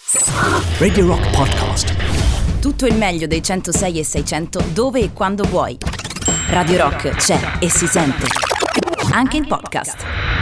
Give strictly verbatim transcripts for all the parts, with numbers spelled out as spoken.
Radio Rock Podcast. Tutto il meglio dei centosei e seicento dove e quando vuoi. Radio Rock c'è e si sente anche in podcast.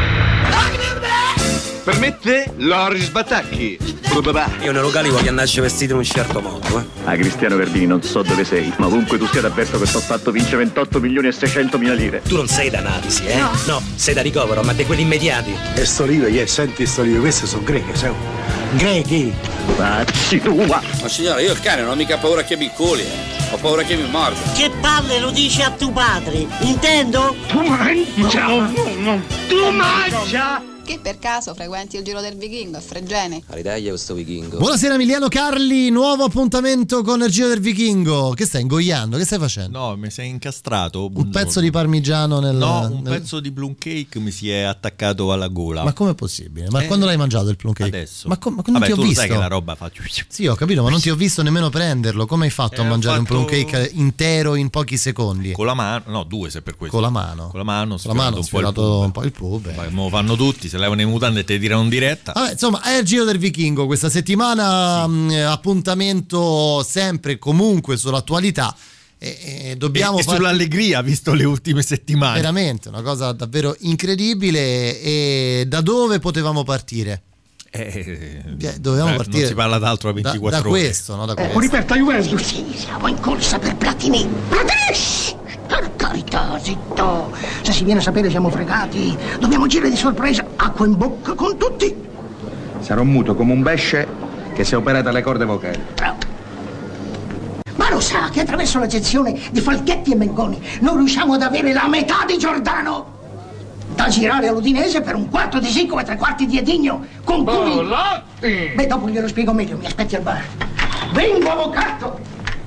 Per me te, Loris Batacchi. Io nei locali voglio andarci vestito in un certo modo, eh. Ah, Cristiano Verdini, non so dove sei, ma ovunque tu sia t'avverto che sto fatto vince ventotto milioni e seicento mila lire. Tu non sei da analisi, eh? No, no, sei da ricovero, ma di quelli immediati. E sto rive, yeah, senti sto rive, queste sono greche, sai? Grechi! Facci tua! Ma signora, io il cane non ho mica paura che mi culi, eh. Ho paura che mi morda. Che palle lo dici a tuo padre, intendo? Tu mangia! No, no, no. Tu mangia! Che per caso frequenti il Giro del Vichingo a Fregene? Aridaglia questo vichingo. Buonasera Emiliano Carli, nuovo appuntamento con il Giro del Vichingo. Che stai ingoiando? Che stai facendo? No, mi sei incastrato. Un buongiorno. pezzo di parmigiano nel... No, un nel... pezzo di plum cake mi si è attaccato alla gola. Ma com'è possibile? Ma eh, quando l'hai mangiato il plum cake? Adesso. Ma, com- ma non Vabbè, ti ho tu visto? Sai che la roba fa... Sì, ho capito, ma non ti ho visto nemmeno prenderlo. Come hai fatto eh, a mangiare fatto... un plum cake intero in pochi secondi? Con la mano, no, due se per questo. Con la mano. Con la mano, Con la mano ho sfiorato un po' il pub. Ma lo fanno tutti, se levano i mutande e te tirano in diretta. Vabbè, insomma, è il Giro del Vichingo questa settimana, sì. mh, appuntamento sempre e comunque sull'attualità. E, e dobbiamo e, far... e sull'allegria, visto le ultime settimane. Veramente, una cosa davvero incredibile. E da dove potevamo partire? Eh, dovevamo eh, partire. Non si parla d'altro a ventiquattro da, da ore. Questo, no? Da questo. Ecco, riperta Juventus. Sì, siamo in corsa per Platini. Platini! Per carità, zitto. Se si viene a sapere siamo fregati. Dobbiamo girare di sorpresa, acqua in bocca con tutti. Sarò muto come un besce che si è operato alle corde vocali. Bravo. Ma lo sa che attraverso la gestione di Falchetti e Mengoni non riusciamo ad avere la metà di Giordano? Da girare all'Udinese per un quarto di Sico e tre quarti di Edigno con cui... Bolotti! Beh, dopo glielo spiego meglio, mi aspetti al bar. Vengo, avvocato!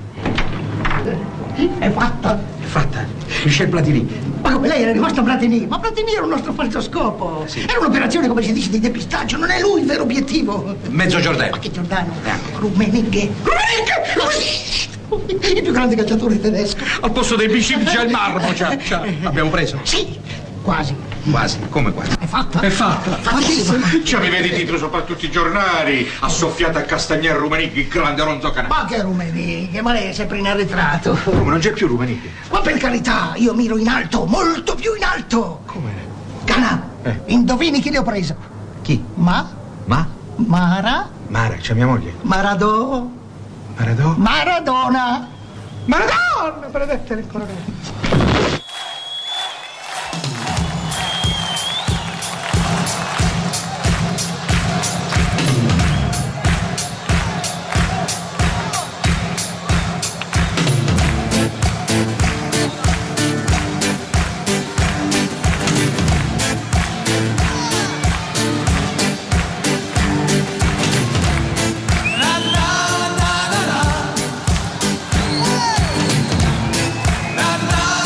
È fatta? È fatta? Michel Platini. Ma come lei era rimasto a Platini? Ma Platini era un nostro falso scopo. Sì. Era un'operazione, come si dice, di depistaggio. Non è lui il vero obiettivo. Mezzo Giordano. Ma che Giordano? Rummenigge. Rummenigge! Il più grande calciatore tedesco. Al posto dei bicip c'è il marmo. C'è, c'è. Abbiamo preso? Sì, quasi. Quasi? Come quasi? È fatta? È fatta. Fattissima. C'aveva di titolo sopra tutti i giornali. Ha soffiato a Castagnier Rummenigge, il grande Ronzo Canale. Ma che Rummenigge? Ma lei è sempre in arretrato. Come, non c'è più Rummenigge? Ma per carità, io miro in alto, molto più in alto. Come? Cana, Eh. indovini chi le ho preso? Chi? Ma? Ma? Mara? Mara, c'è mia moglie. Maradò? Maradona? Maradona! Maradona! Benedetta del coronel. La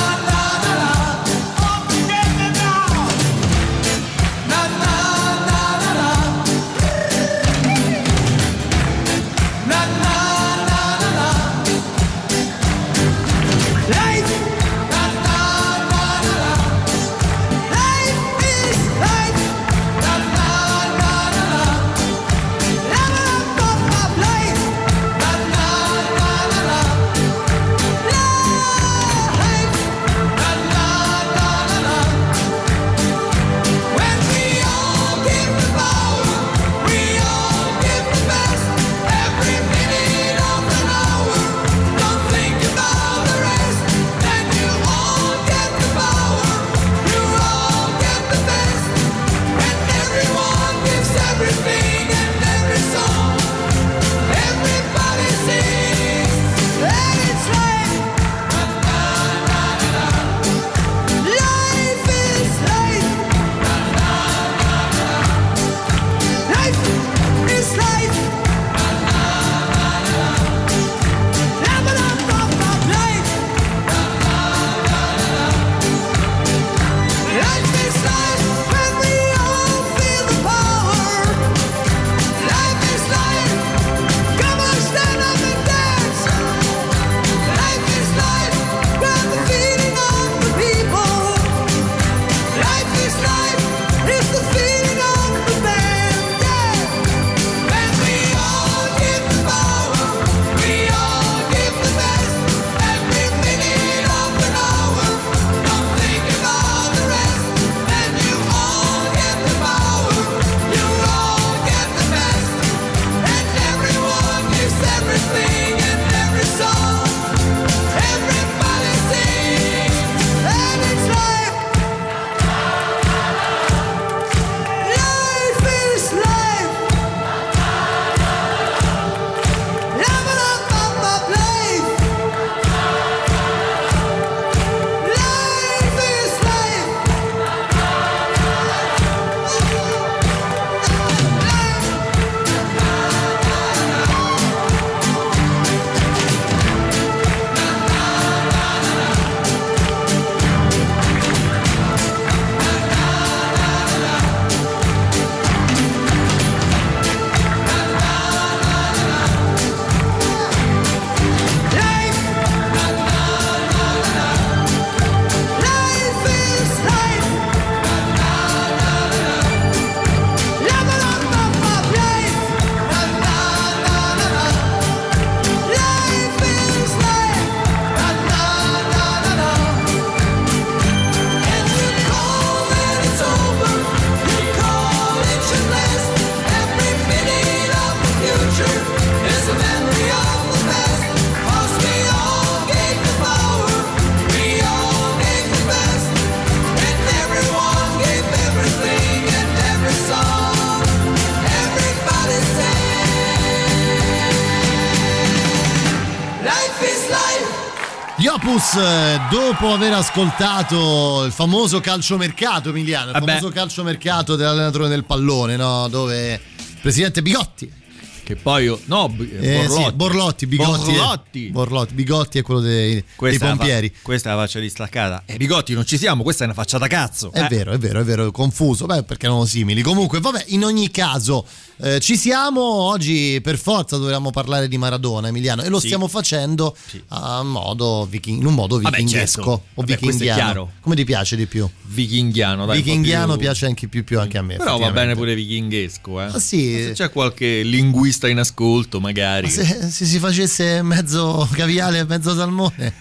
Gli Opus, dopo aver ascoltato il famoso calciomercato, Emiliano, il Vabbè. famoso calciomercato dell'allenatore del pallone, no? Dove il presidente Bigotti, che poi io, no, eh, Borlotti. sì, Borlotti, Bigotti, Borlotti. È, Borlotti, Bigotti è quello dei, dei Questa è la fa- pompieri. questa è la faccia distaccata. E Bigotti non ci siamo, questa è una faccia da cazzo. È eh. vero, è vero, è vero, confuso, beh, perché erano simili. Comunque, vabbè, in ogni caso eh, ci siamo. Oggi per forza dovevamo parlare di Maradona, Emiliano, e lo Sì. stiamo facendo Sì. a modo viching- in un modo Vabbè, vichingesco certo. o Vabbè, questo è vichinghiano. chiaro. Come ti piace di più? Vichinghiano, dai. un po' Vichinghiano più- piace anche più, più anche a me. Però va effettivamente. bene pure vichinghesco, eh. Ah, sì. Se c'è qualche linguista in ascolto, magari. Ma se, se si facesse mezzo caviale e mezzo salmone.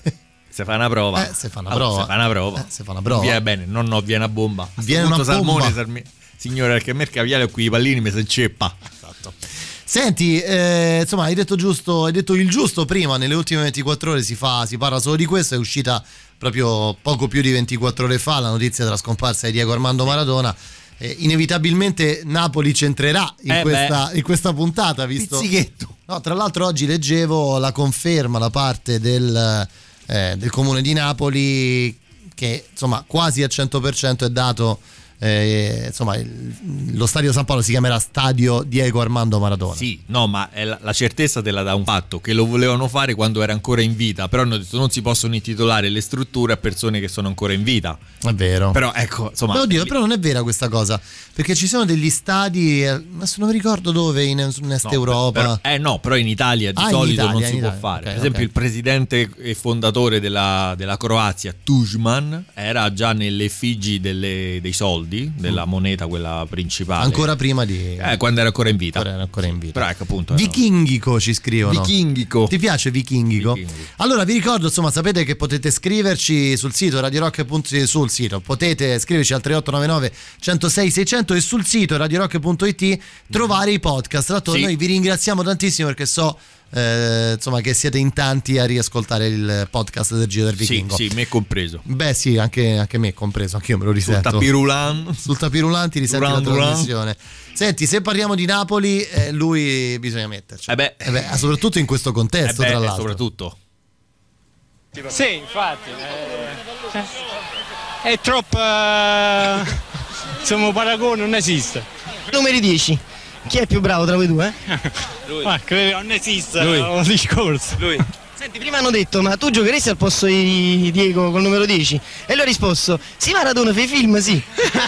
Se fa una prova. Eh, se fa una Allora, prova. se fa una prova. Eh, se fa una prova. Viene bene, no, no, viene a bomba. A sto Viene punto una salmone, bomba. salmi- signore, perché a me il caviale qui i pallini mi si inceppa. Esatto. Senti, eh, insomma, hai detto giusto, hai detto il giusto prima. Nelle ultime ventiquattro ore si fa, si parla solo di questo. È uscita proprio poco più di ventiquattro ore fa la notizia della scomparsa di Diego Armando Maradona. Eh, inevitabilmente Napoli c'entrerà in, Eh questa, in questa puntata, visto. Pizzichetto. No, tra l'altro oggi leggevo la conferma da parte del, eh, del comune di Napoli che insomma quasi al cento per cento è dato. Eh, insomma, il- lo stadio San Paolo si chiamerà Stadio Diego Armando Maradona. Sì, no, ma è la, la certezza te la dà un fatto, che lo volevano fare quando era ancora in vita, però hanno detto non si possono intitolare le strutture a persone che sono ancora in vita. È vero. Però ecco, insomma... Ma oddio, però non è vera questa cosa, perché ci sono degli stadi, eh, adesso non mi ricordo dove, in, in Est No, Europa. però- eh no, però in Italia di Ah, in solito Italia, non si in può Italia. fare. Ok, Per esempio ok. il presidente e fondatore della, della Croazia, Tudjman, era già nelle effigi delle- dei soldi, della moneta quella principale. Ancora prima di... Eh, quando era ancora in vita. Ancora, era ancora in vita. Però ecco appunto... Vichinghico ci scrivono. Vichinghico. Ti piace Vichinghico? Vichinghico. Allora vi ricordo, insomma, sapete che potete scriverci sul sito Radio Rock punto it, sul sito potete scriverci al tre otto nove nove centosei seicento e sul sito radio rock punto it trovare i podcast. Tra l'altro Sì. noi vi ringraziamo tantissimo perché so eh, insomma che siete in tanti a riascoltare il podcast del Giro del Sì, Vichingo. sì, me compreso. Beh sì, anche, anche me compreso, anche io me lo Sul risento. tapirulan. Sul tapirulanti risenti Duran, la Duran. trasmissione. Senti, se parliamo di Napoli, eh, lui bisogna metterci. Eh beh. Eh beh, soprattutto in questo Eh contesto, beh, tra e l'altro. soprattutto. Sì, infatti. eh, è troppo. eh, insomma, paragone non esiste. Numeri dieci. Chi è più bravo tra voi due? Lui. Ma credo non esiste Lui. un discorso. Lui. Senti, prima hanno detto, ma tu giocheresti al posto di Diego col numero dieci? E lui ha risposto, sì Maradona fa i film, sì.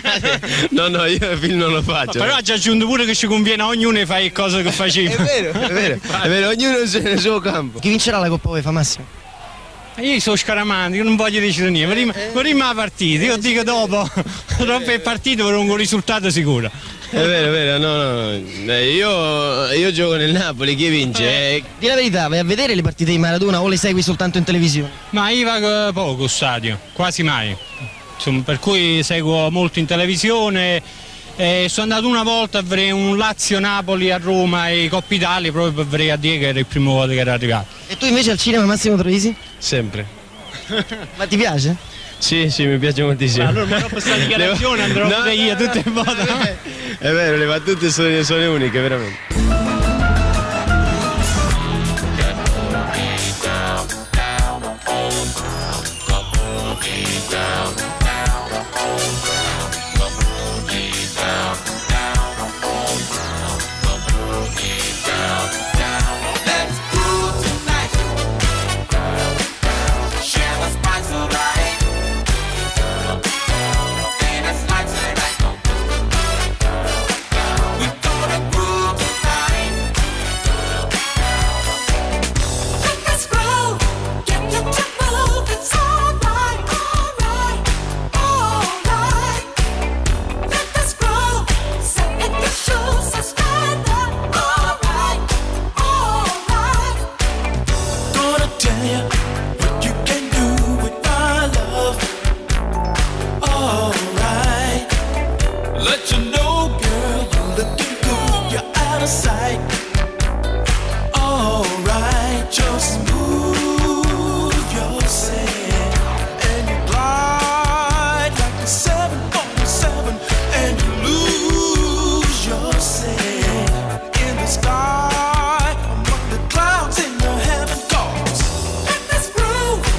No, no, io film non lo faccio. Però ha già aggiunto pure che ci conviene a ognuno di fare cose che faceva. È vero, è vero, è vero, ognuno nel suo campo. Chi vincerà la Coppa UEFA, Massimo? Io sono scaramanti, io non voglio decidere niente, prima, prima la partita, io dico dopo, dopo il partito per un risultato sicuro. È vero, è vero, no, no, no. Eh, Io, io gioco nel Napoli, chi vince? Eh, Di la verità, vai a vedere le partite di Maradona o le segui soltanto in televisione? Ma io vado poco al stadio, quasi mai. Insomma, per cui seguo molto in televisione. Eh, sono andato una volta a vedere un Lazio-Napoli a Roma e Coppa Italia proprio per vedere a Diego che era il primo volta che era arrivato. E tu invece al cinema, Massimo Troisi? Sempre. Ma ti piace? Sì, sì, mi piace moltissimo. Allora, ma dopo questa dichiarazione andrò No, a vedere io tutte le volte. È vero, le battute sono, sono uniche, veramente. Sky among the clouds in the heaven calls. Let this groove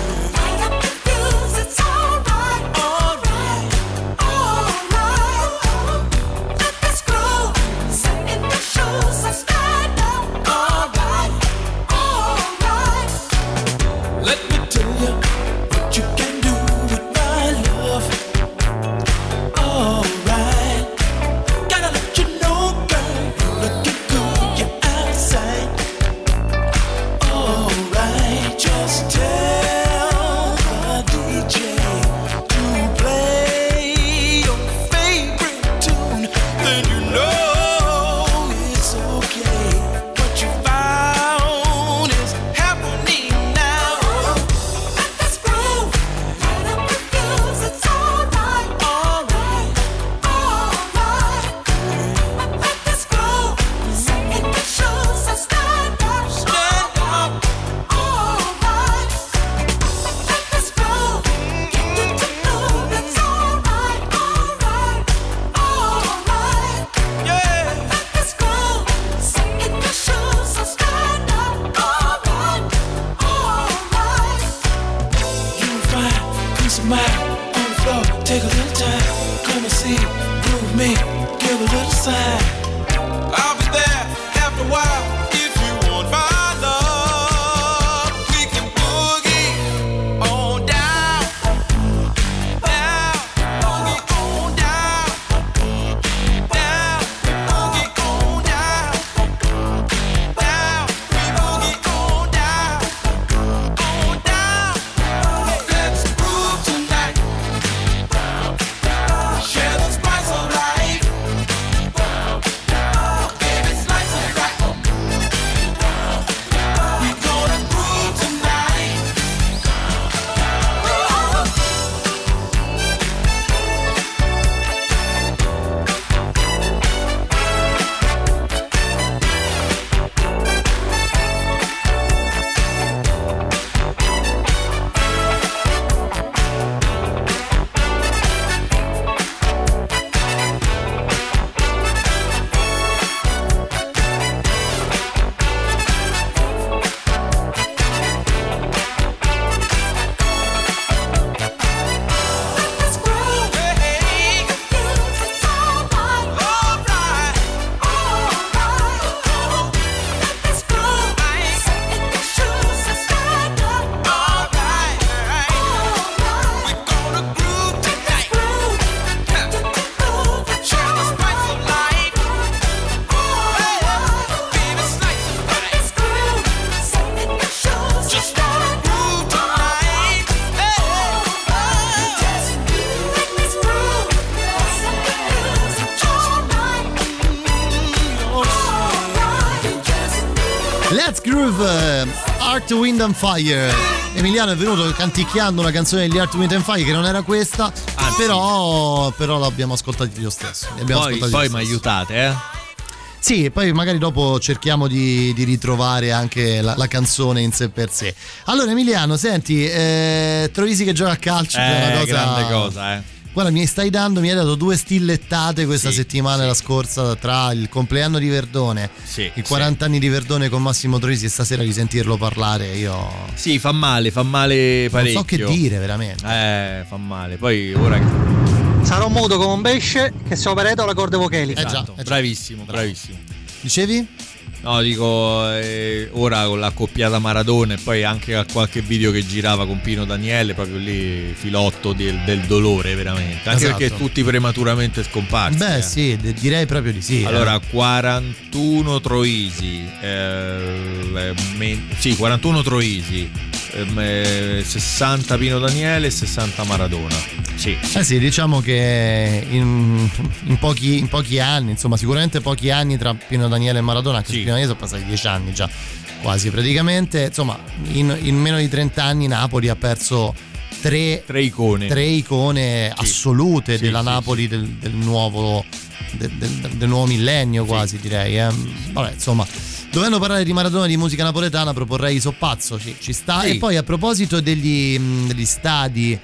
Let's Groove, Earth, Wind and Fire. Emiliano è venuto canticchiando una canzone degli Earth, Wind and Fire che non era questa, ah, però, sì. però l'abbiamo ascoltati lo stesso. Poi, poi mi aiutate, eh? Sì, poi magari dopo cerchiamo di, di ritrovare anche la, la canzone in sé per sé. Allora Emiliano, senti, eh, Troisi che gioca a calcio, eh, è una cosa, grande cosa, eh. Guarda, mi stai dando, mi hai dato due stillettate questa sì, settimana sì. la scorsa, tra il compleanno di Verdone, sì, i quaranta sì. anni di Verdone con Massimo Troisi, e stasera di sentirlo parlare io... Sì, fa male, fa male parecchio. Non so che dire, veramente. Eh, fa male. Poi ora... Sarò muto come un pesce che si operato alle corde vocali. Esatto, eh già, eh bravissimo, già. bravissimo. Dicevi? No, dico, eh, ora con l'accoppiata Maradona e poi anche a qualche video che girava con Pino Daniele, proprio lì filotto del, del dolore veramente, anche esatto. perché tutti prematuramente scomparsi. Beh eh. sì, d- direi proprio di sì. Allora, eh. quarantuno Troisi, eh, me, sì, quarantuno Troisi, eh, sessanta Pino Daniele e sessanta Maradona. Sì, sì. Eh sì, diciamo che in, in, pochi, in pochi anni, insomma, sicuramente pochi anni tra Pino Daniele e Maradona, anche sì. Pino Daniele sono passati dieci anni già, quasi praticamente. Insomma, in, in meno di trenta anni Napoli ha perso tre, tre icone, tre icone sì. assolute sì, della sì, Napoli sì. Del, del nuovo del, del, del nuovo millennio quasi, sì. direi. Eh. Vabbè, insomma, dovendo parlare di Maradona e di musica napoletana, proporrei Soppazzo, ci, ci sta. Sì. E poi a proposito degli, degli stadi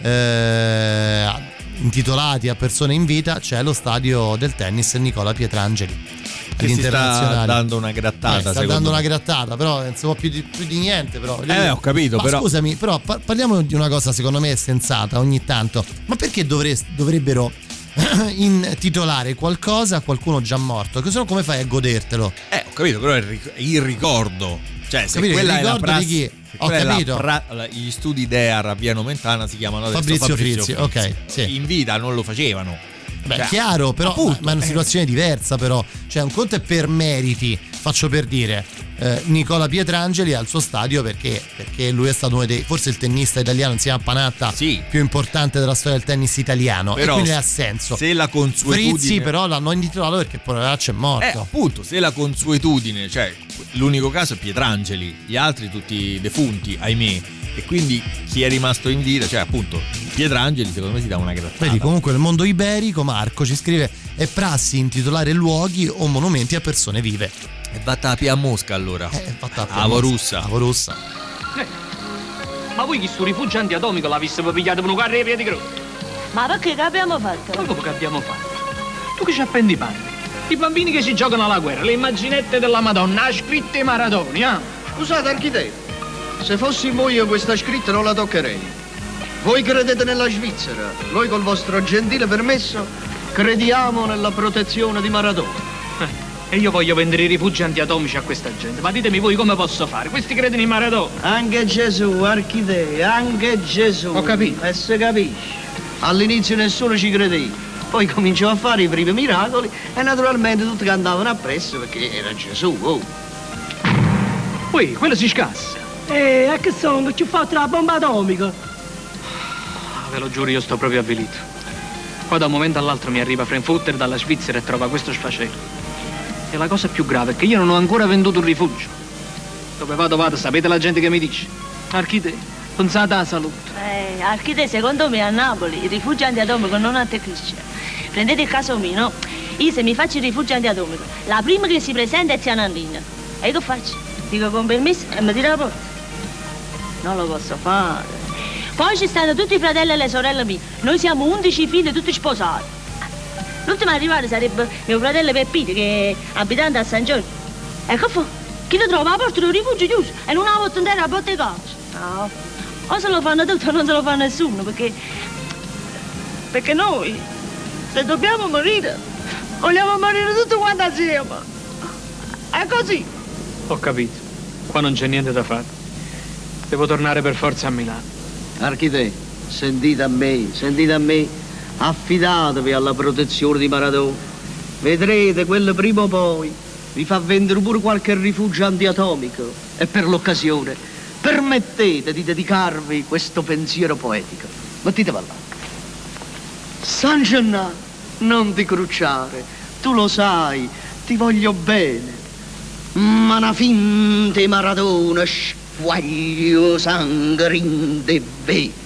eh, intitolati a persone in vita, c'è lo stadio del tennis Nicola Pietrangeli che si sta dando una grattata, eh, sta dando una grattata, però non si può più di, più di niente, però eh ho capito. Ma però scusami, però par- parliamo di una cosa secondo me sensata ogni tanto. Ma perché dovre- dovrebbero intitolare qualcosa a qualcuno già morto? Che se no come fai a godertelo? Eh ho capito, però è il ricordo, cioè se capito, quella il è la prassi, di chi? Ho è capito. La pra- gli studi D E A R a Via Nomentana si chiamano adesso Fabrizio, Fabrizio Frizzi, Frizzi. ok, sì. In vita non lo facevano. Beh, cioè, chiaro, però appunto, ma è una situazione eh. diversa, però. Cioè, un conto è per meriti, faccio per dire. Eh, Nicola Pietrangeli al suo stadio perché perché lui è stato uno dei, forse il tennista italiano insieme a Panatta sì. più importante della storia del tennis italiano, però, e quindi ha senso. Se la consuetudine Frizzi però l'hanno intitolato perché poveraccio è morto. Eh, appunto, se la consuetudine, cioè l'unico caso è Pietrangeli, gli altri tutti defunti, ahimè. E quindi chi è rimasto in vita, cioè appunto Pietrangeli, secondo me si dà una grattata. Vedi, comunque nel mondo iberico Marco ci scrive: è prassi intitolare luoghi o monumenti a persone vive. E vatta a Pia Mosca allora. Eh, vatta a Avorussa. Avorussa. Eh, ma voi chi sto rifugio antiatomico l'avessimo pigliato per un carro di piedi grossi? Ma perché che abbiamo fatto? Ma come che abbiamo fatto? Tu che ci appendi i panni? I bambini che si giocano alla guerra, le immaginette della Madonna, ha scritto i Maradoni, eh? Scusate architetto, se fossi io questa scritta non la toccherei. Voi credete nella Svizzera, noi col vostro gentile permesso crediamo nella protezione di Maradona. Eh, e io voglio vendere i rifugi antiatomici a questa gente, ma ditemi voi come posso fare? Questi credono in Maradona. Anche Gesù, architetto, anche Gesù. Ho capito. E se capisci. All'inizio nessuno ci credeva, poi cominciò a fare i primi miracoli e naturalmente tutti cantavano appresso perché era Gesù. Oh. Poi, quello si scassa. Eh, a che sono? Ci ho fatto la bomba atomica. Ah, ve lo giuro, io sto proprio avvilito. Poi da un momento all'altro mi arriva Frankfurter dalla Svizzera e trova questo sfacelo. E la cosa più grave è che io non ho ancora venduto un rifugio. Dove vado vado, sapete la gente che mi dice? Architetto, pensate alla salute. Eh, architetto, secondo me a Napoli il rifugio antiatomico non a te Cristian. Prendete il caso mio, no? Io se mi faccio il rifugio antiatomico, la prima che si presenta è Tiana Andina. E io che faccio? Dico con permesso e mi tira la porta. Non lo posso fare. Poi ci stanno tutti i fratelli e le sorelle mie. Noi siamo undici figli tutti sposati. L'ultimo a arrivare sarebbe mio fratello Peppino, che è abitante a San Giorgio. E che fa? Chi lo trova la porta del rifugio chiuso e non ha volta intera a botte e calcio. No. O se lo fanno tutti o non se lo fa nessuno, perché... Perché noi, se dobbiamo morire, vogliamo morire tutti quanti assieme. È così. Ho capito. Qua non c'è niente da fare. Devo tornare per forza a Milano. Architetto, sentite a me, sentite a me. Affidatevi alla protezione di Maradona. Vedrete, quello prima o poi vi fa vendere pure qualche rifugio antiatomico. E per l'occasione permettete di dedicarvi questo pensiero poetico. Mettitevi là. San Gennaro, non ti crucciare. Tu lo sai, ti voglio bene. ma una finta Maradona squaglio sangue de veda.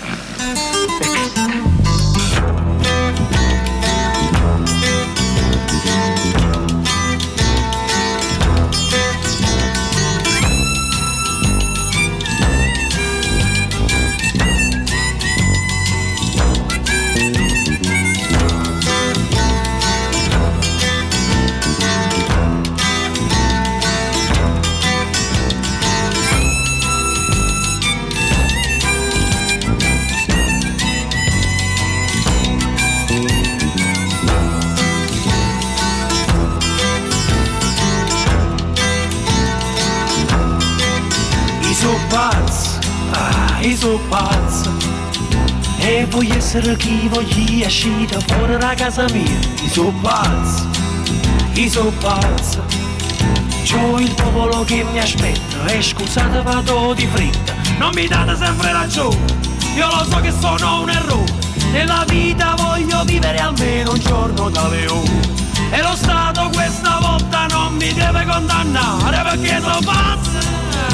Io sono pazzo e voglio essere chi voglio uscire fuori da casa mia. Io sono pazzo, io sono pazzo. C'ho il popolo che mi aspetta e scusate vado di fretta. Non mi date sempre ragione, io lo so che sono un errore. Nella vita voglio vivere almeno un giorno da leone. E lo Stato questa volta non mi deve condannare perché sono pazzo.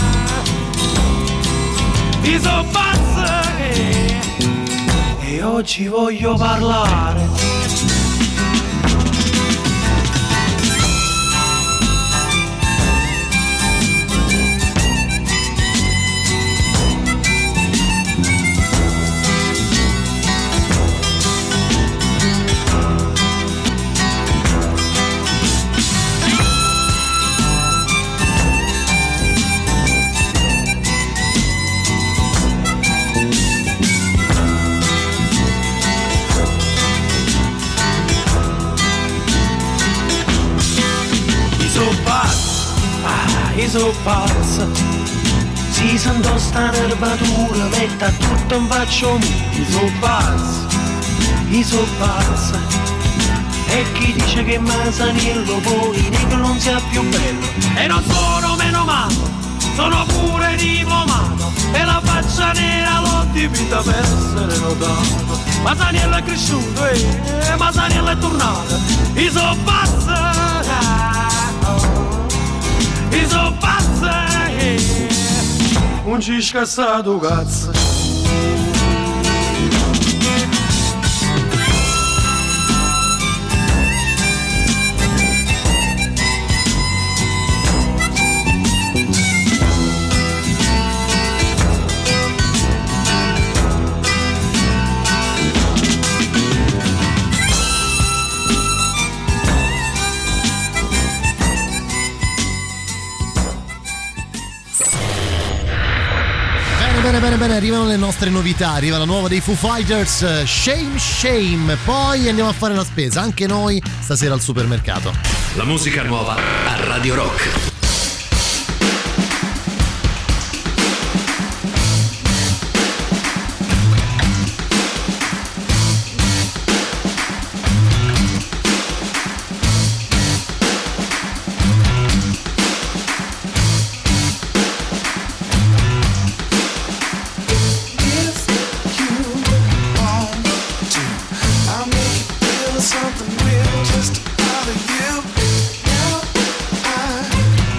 Io sono pazzo e, e oggi voglio parlare. Io sono pazzo, si sento sta nervatura, metta tutto in faccio mio. Io sono pazzo, io sono pazzo. E chi dice che Masaniello poi negro non sia più bello. E non sono meno malo, sono pure diplomato. E la faccia nera l'ho dipinta per essere notato. Masaniello è cresciuto e Masaniello è tornato. Io sono pazzo. Io sono pazzo e non ci scassato cazzo. Bene, bene, bene, arrivano le nostre novità, arriva la nuova dei Foo Fighters, Shame Shame, poi andiamo a fare la spesa, anche noi stasera al supermercato. La musica nuova a Radio Rock. Something real just out of you. Now I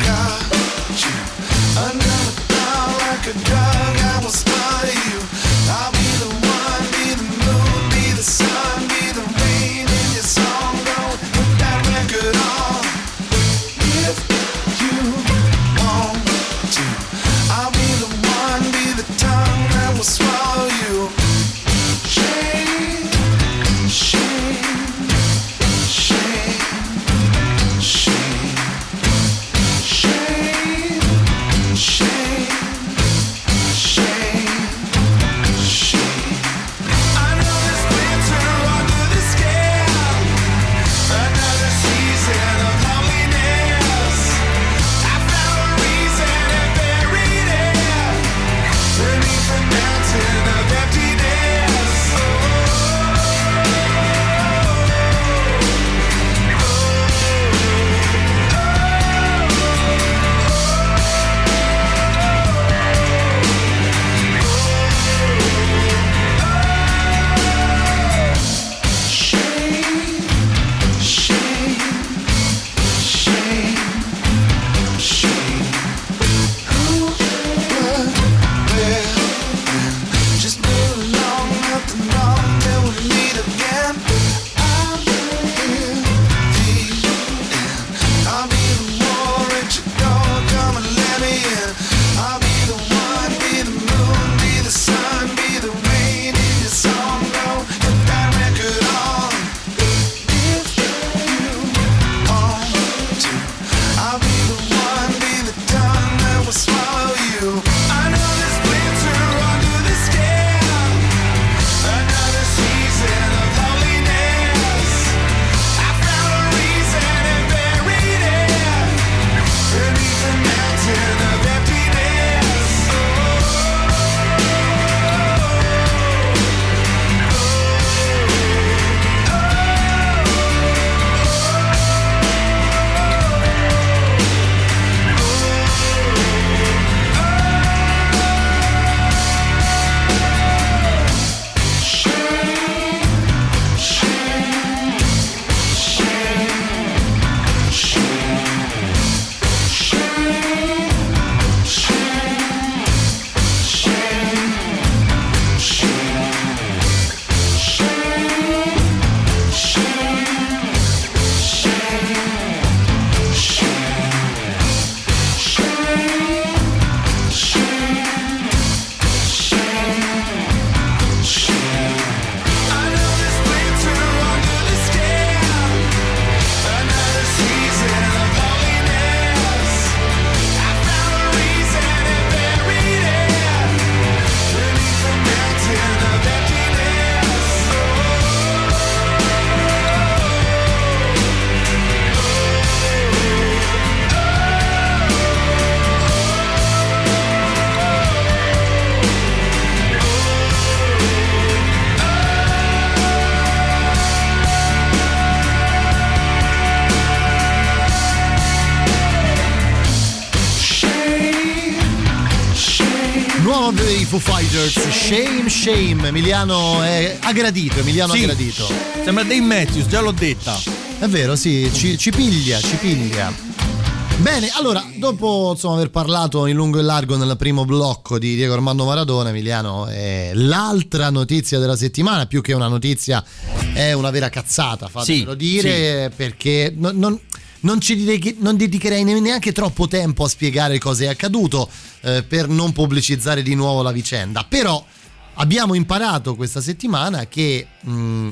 nuova dei Foo Fighters, Shame Shame. Emiliano è aggradito, Emiliano sì. aggradito. Sembra Dave Matthews, già l'ho detta. È vero, sì, ci, ci piglia, ci piglia. Bene, allora, dopo insomma aver parlato in lungo e largo nel primo blocco di Diego Armando Maradona, Emiliano, è l'altra notizia della settimana, più che una notizia è una vera cazzata, fatemelo sì, dire, sì. perché non, non, non ci dedichi, non dedicherei neanche troppo tempo a spiegare cosa è accaduto eh, per non pubblicizzare di nuovo la vicenda, però abbiamo imparato questa settimana che mh,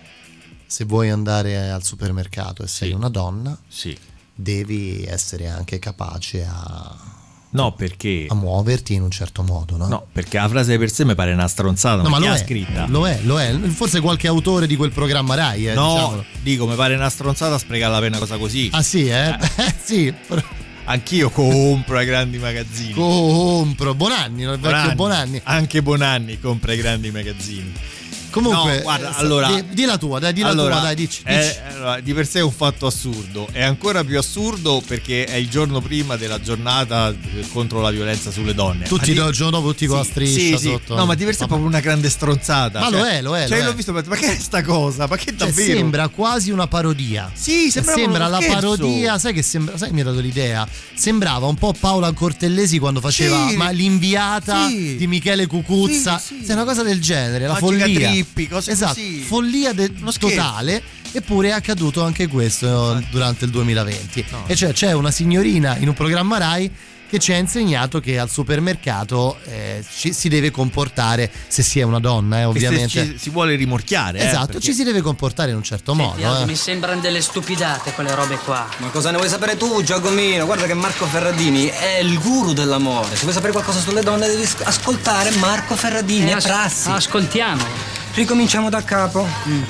se vuoi andare al supermercato e sei sì. una donna, sì. devi essere anche capace a no perché a muoverti in un certo modo, no? No, perché la frase per sé mi pare una stronzata, no, ma chi lo l'ha è, scritta? Lo è, lo è. Forse qualche autore di quel programma Rai, eh, no, diciamolo. dico, mi pare una stronzata sprecare la pena cosa così. Ah sì, eh? eh. Sì. Anch'io compro ai grandi magazzini. Compro Bonanni, non è vecchio Bonanni. Anche Bonanni compra ai grandi magazzini. Comunque, no, guarda, allora, di, di la tua, dai, di la allora, tua, dai, dici, dici. È, allora, di per sé è un fatto assurdo, è ancora più assurdo perché è il giorno prima della giornata contro la violenza sulle donne. Tutti di... il giorno dopo tutti sì, con la striscia sì, sotto. No, ma di per sé è proprio una grande stronzata. Ma cioè, lo è, lo è. Cioè, lo l'ho è. visto, ma che è sta cosa? Ma che davvero? Cioè, sembra quasi una parodia. Sì, sembra, sembra la scherzo. parodia, sai che sembra, sai mi ha dato l'idea. Sembrava un po' Paola Cortellesi quando faceva sì, ma l'inviata sì, di Michele Cucuzza. Sì, sì. È una cosa del genere, la Magica follia. Trippi, cose esatto, così. follia de- totale. Eppure è accaduto anche questo durante il duemilaventi. No. E cioè c'è una signorina in un programma Rai che ci ha insegnato che al supermercato eh, ci si deve comportare, se si è una donna, eh, ovviamente. E se ci, si vuole rimorchiare. Esatto, eh, perché... ci si deve comportare in un certo Senti, modo. Eh. Mi sembrano delle stupidate quelle robe qua. Ma cosa ne vuoi sapere tu, Giacomino? Guarda che Marco Ferradini è il guru dell'amore. Se vuoi sapere qualcosa sulle donne devi ascoltare Marco Ferradini, eh, è as- prassi. Ascoltiamo. Ricominciamo da capo. Mm.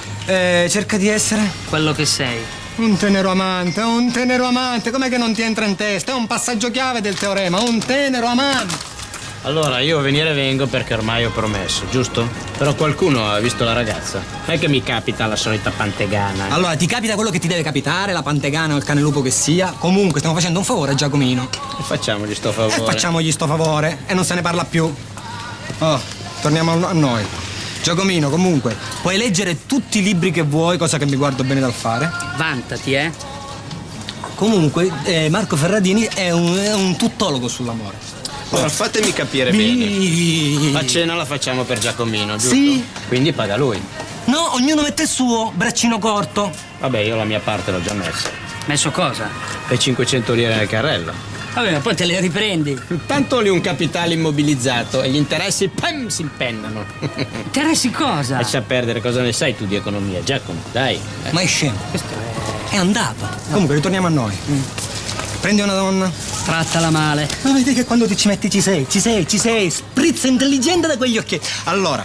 Eh, cerca di essere quello che sei. Un tenero amante, un tenero amante, com'è che non ti entra in testa? È un passaggio chiave del teorema, un tenero amante. Allora, io venire vengo perché ormai ho promesso, giusto? Però qualcuno ha visto la ragazza. Non è che mi capita la solita pantegana. Allora, ti capita quello che ti deve capitare, la pantegana o il cane lupo che sia. Comunque, stiamo facendo un favore a Giacomino. E facciamogli sto favore. E facciamogli sto favore e non se ne parla più. Oh, torniamo a noi. Giacomino, comunque, puoi leggere tutti i libri che vuoi, cosa che mi guardo bene dal fare. Vantati, eh? Comunque, eh, Marco Ferradini è un, è un tuttologo sull'amore. Allora, fatemi capire Mi... bene. La cena la facciamo per Giacomino, giusto? Sì. Quindi paga lui. No, ognuno mette il suo, braccino corto. Vabbè, io la mia parte l'ho già messa. Messo cosa? Le cinquecento lire nel carrello. Vabbè, ma poi te le riprendi. Tanto lì un capitale immobilizzato e gli interessi, pam, si impennano. Interessi cosa? Lascia perdere, cosa ne sai tu di economia, Giacomo, dai. Eh. Ma è scemo. Questo è... è andato. No. Comunque, ritorniamo a noi. Mm. Prendi una donna. Trattala male. Ma vedi che quando ti ci metti ci sei, ci sei, ci sei. Sprizza intelligente da quegli occhietti. Allora,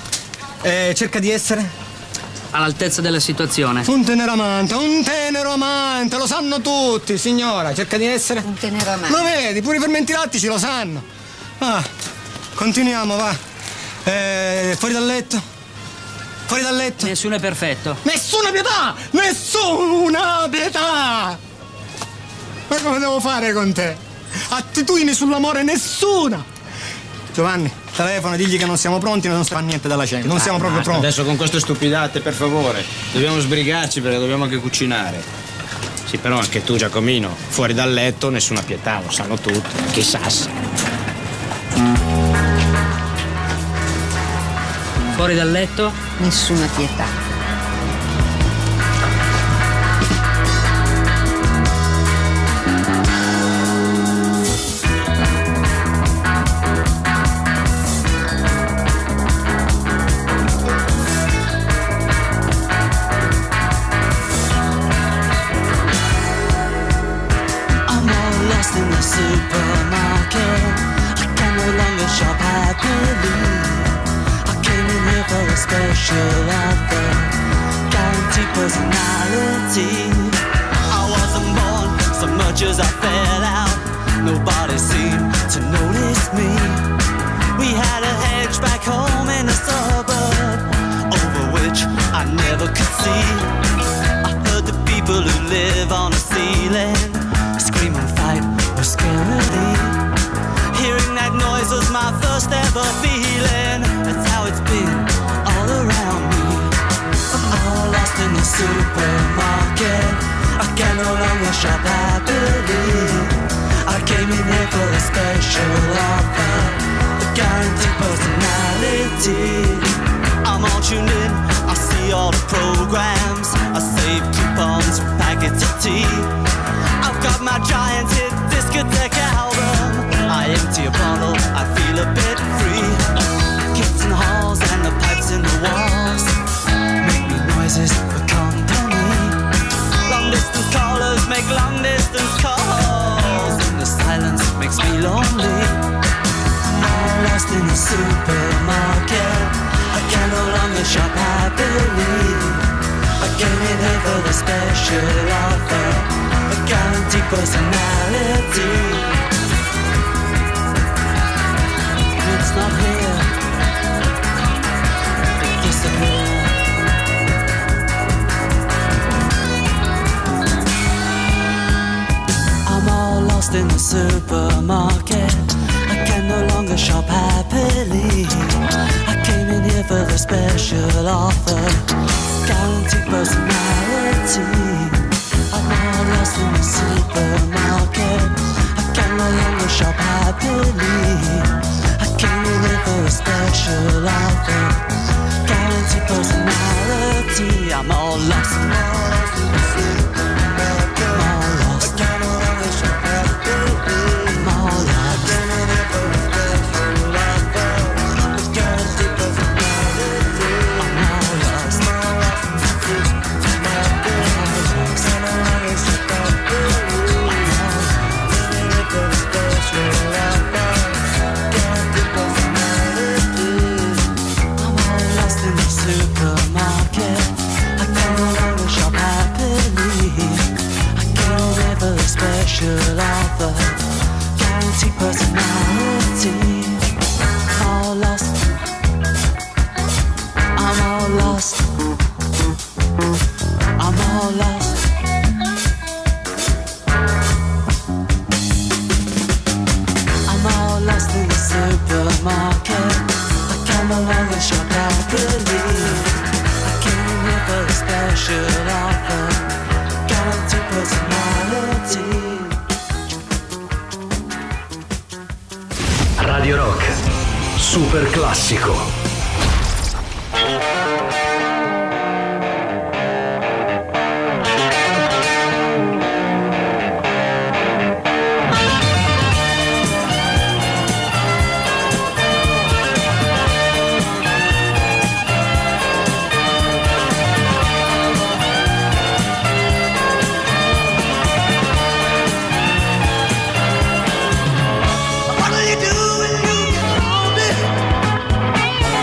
eh, cerca di essere... all'altezza della situazione. Un tenero amante, un tenero amante, lo sanno tutti, signora. Cerca di essere... un tenero amante. Lo vedi, pure i fermenti lattici lo sanno. Ah, continuiamo, va. Eh, fuori dal letto. Fuori dal letto. Nessuno è perfetto. Nessuna pietà! Nessuna pietà! Ma come devo fare con te? Attitudini sull'amore nessuna! Giovanni, telefono, digli che non siamo pronti, non si fa niente dalla cena. Non siamo ah, proprio basta, pronti. Adesso con queste stupidate, per favore. Dobbiamo sbrigarci perché dobbiamo anche cucinare. Sì, però anche tu, Giacomino, fuori dal letto nessuna pietà, lo sanno tutti. Chissà. Fuori dal letto? Nessuna pietà. Special offer, guaranteed personality. I wasn't born so much as I fell out. Nobody seemed to notice me. We had a hedge back home in a suburb, over which I never could see. I heard the people who live on the ceiling scream and fight or scarily. Hearing that noise was my first ever feeling. That's how it's been all around me. I'm all lost in the supermarket. I can no longer shop happily. I came in here for a special offer, a guaranteed personality. I'm all tuned in, I see all the programs, I save coupons for packets of tea. I've got my giant hit discotheque album. I empty a bottle, I feel a bit free. Kids in the halls and the pipes in the walls make me noises for company. Long distance callers make long distance calls, and the silence makes me lonely. I'm lost in the supermarket, I can no longer shop happily. I came in here for the special offer, a guaranteed personality. It's not here, it disappeared. I'm all lost in the supermarket, I can no longer shop happily. I came in here for the special offer, guaranteed personality. I'm all lost in the supermarket, I can no longer shop happily. I came in here for a special offer, guaranteed personality. I'm all lost, I'm all lost in the supermarket. I'm all lost, I can no longer shop happily. I'm all lost. Special offer, guaranteed personality. I'm all lost, I'm all lost, I'm all lost. I'm all lost in the supermarket, I can no longer shop happily. I came here for a special offer, guaranteed personality. Radio Rock, super classico. What do you do when you get lonely?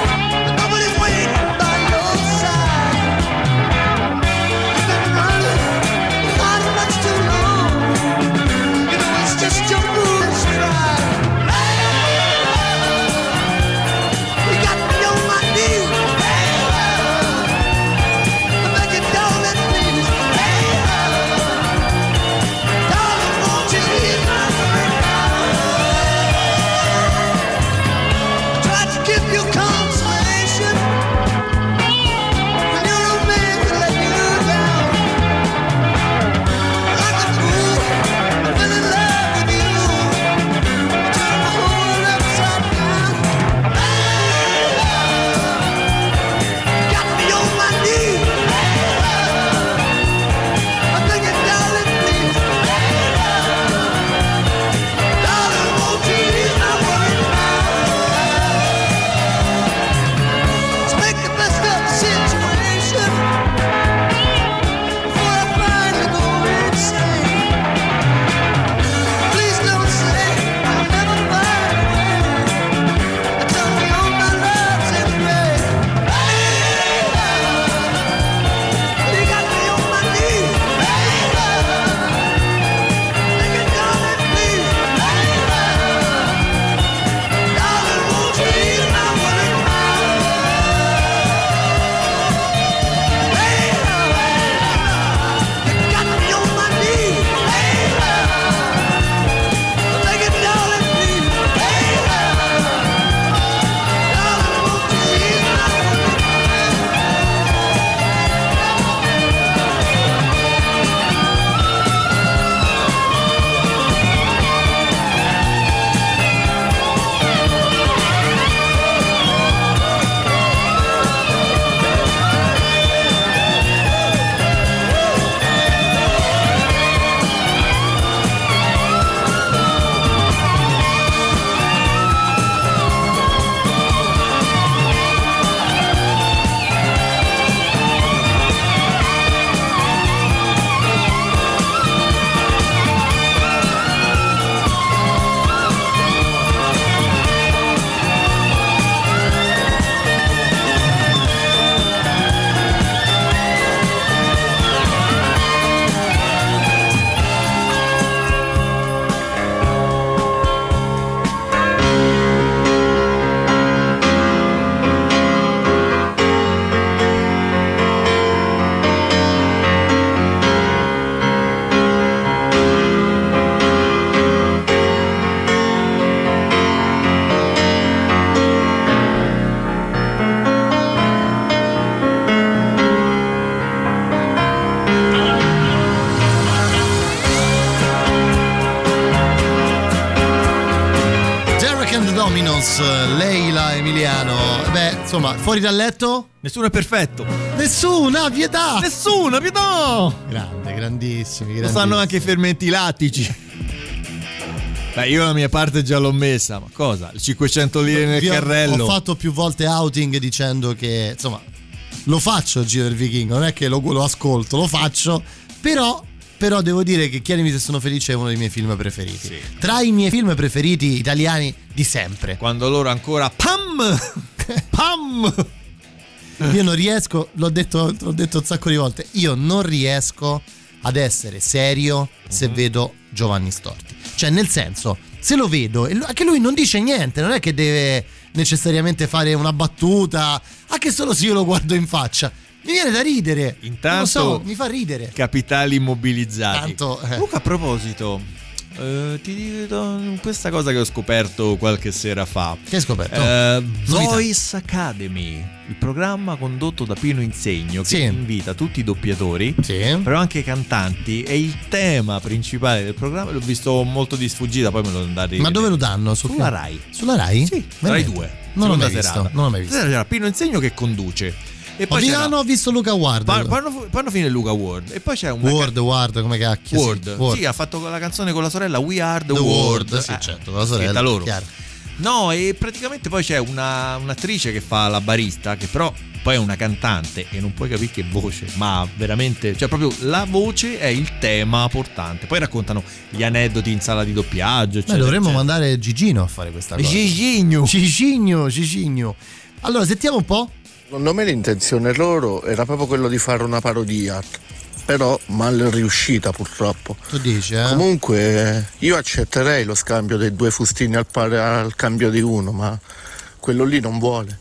Dominos, Leila Emiliano. Beh, insomma, fuori dal letto? Nessuno è perfetto. Nessuna pietà. Nessuna pietà. Grande, grandissimi, grandissimi. Lo sanno anche i fermenti lattici. Beh, io la mia parte già l'ho messa, ma cosa? cinquecento lire nel Vi ho, carrello. Ho fatto più volte outing dicendo che, insomma, lo faccio il Giro del Vichingo, non è che lo, lo ascolto, lo faccio, però... Però devo dire che Chiedimi se sono felice è uno dei miei film preferiti. Sì. Tra i miei film preferiti italiani di sempre. Quando loro ancora Pam! Pam! Io non riesco, l'ho detto, l'ho detto un sacco di volte, io non riesco ad essere serio se mm-hmm. vedo Giovanni Storti. Cioè, nel senso, se lo vedo, e anche lui non dice niente, non è che deve necessariamente fare una battuta, anche solo se io lo guardo in faccia. Mi viene da ridere. Intanto so, mi fa ridere. Capitali immobilizzati. Tanto, eh. Luca, a proposito, eh, ti dico questa cosa che ho scoperto qualche sera fa. Che hai scoperto? Eh, Voice Academy, il programma condotto da Pino Insegno, che sì. invita tutti i doppiatori, sì. però anche i cantanti, e il tema principale del programma l'ho visto molto di sfuggita, poi me lo andate. Ma dove lo danno? Su Sulla Rai. Sulla Rai? Sì, Rai due. Non l'ho mai visto. Non l'ho mai visto. C'era Pino Insegno che conduce. E poi c'era... ho visto Luca Ward. Pa- Quando, quando fine Luca Ward? E poi c'è un Ward, ca- Ward, come cacchio? Ward. Sì, Ward. Sì, ha fatto la canzone con la sorella We Are the, the World. World. Sì, eh, certo, con la sorella. Loro. Chiaro. No, e praticamente poi c'è una, un'attrice che fa la barista, che però poi è una cantante e non puoi capire che voce, ma veramente, cioè proprio la voce è il tema portante. Poi raccontano gli aneddoti in sala di doppiaggio, eccetera. Beh, dovremmo eccetera. mandare Gigino a fare questa cosa. Gigino. Gigino, Gigino. Allora, sentiamo un po'. Secondo me l'intenzione loro era proprio quello di fare una parodia, però mal riuscita purtroppo. Tu dici, eh? Comunque io accetterei lo scambio dei due fustini al, pari, al cambio di uno, ma quello lì non vuole.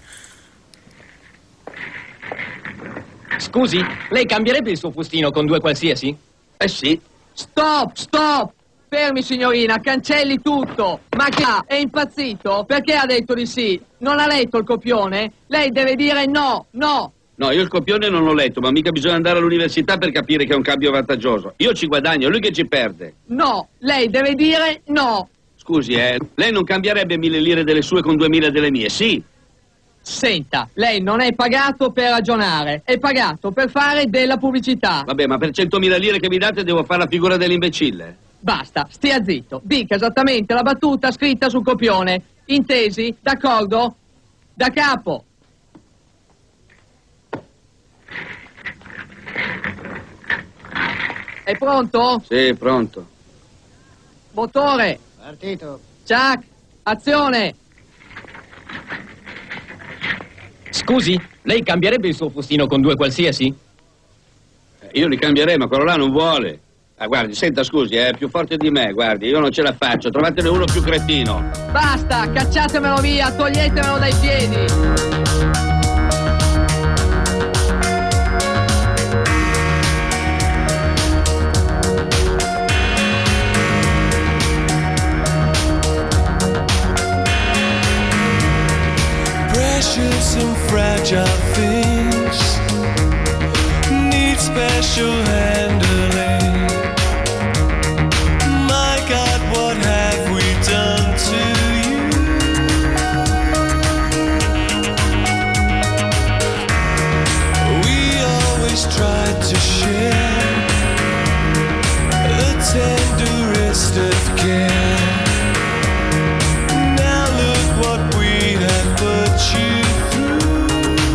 Scusi, lei cambierebbe il suo fustino con due qualsiasi? Eh sì. Stop, stop! Fermi signorina, cancelli tutto! Ma che ha? È impazzito? Perché ha detto di sì? Non ha letto il copione? Lei deve dire no, no! No, io il copione non l'ho letto, ma mica bisogna andare all'università per capire che è un cambio vantaggioso. Io ci guadagno, lui che ci perde. No, lei deve dire no! Scusi, eh, lei non cambierebbe mille lire delle sue con duemila delle mie, sì? Senta, lei non è pagato per ragionare, è pagato per fare della pubblicità. Vabbè, ma per centomila lire che mi date devo fare la figura dell'imbecille. Basta, stia zitto, dica esattamente la battuta scritta sul copione. Intesi? D'accordo? Da capo. È pronto? Sì, pronto. Motore. Partito. Ciak, azione. Scusi, lei cambierebbe il suo fustino con due qualsiasi? Io li cambierei, ma quello là non vuole. Ah, guardi, senta, scusi, è più forte di me, guardi, io non ce la faccio, trovatene uno più cretino. Basta, cacciatemelo via, toglietemelo dai piedi. Precious and fragile things need special handling. My God, what have we done to you? We always tried to share the tenderest of care. Now look what we have put you through.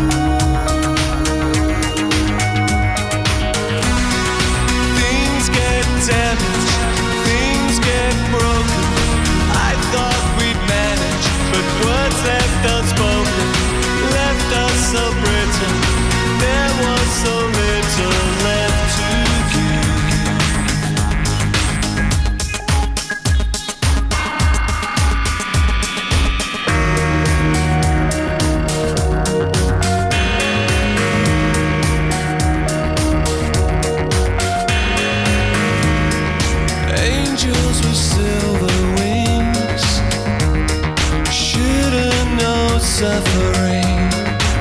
Things get damaged, things get broken. I thought we'd manage, but words left unspoken left us so brittle. There was so little left to give. Angels with silver wings shouldn't know suffering.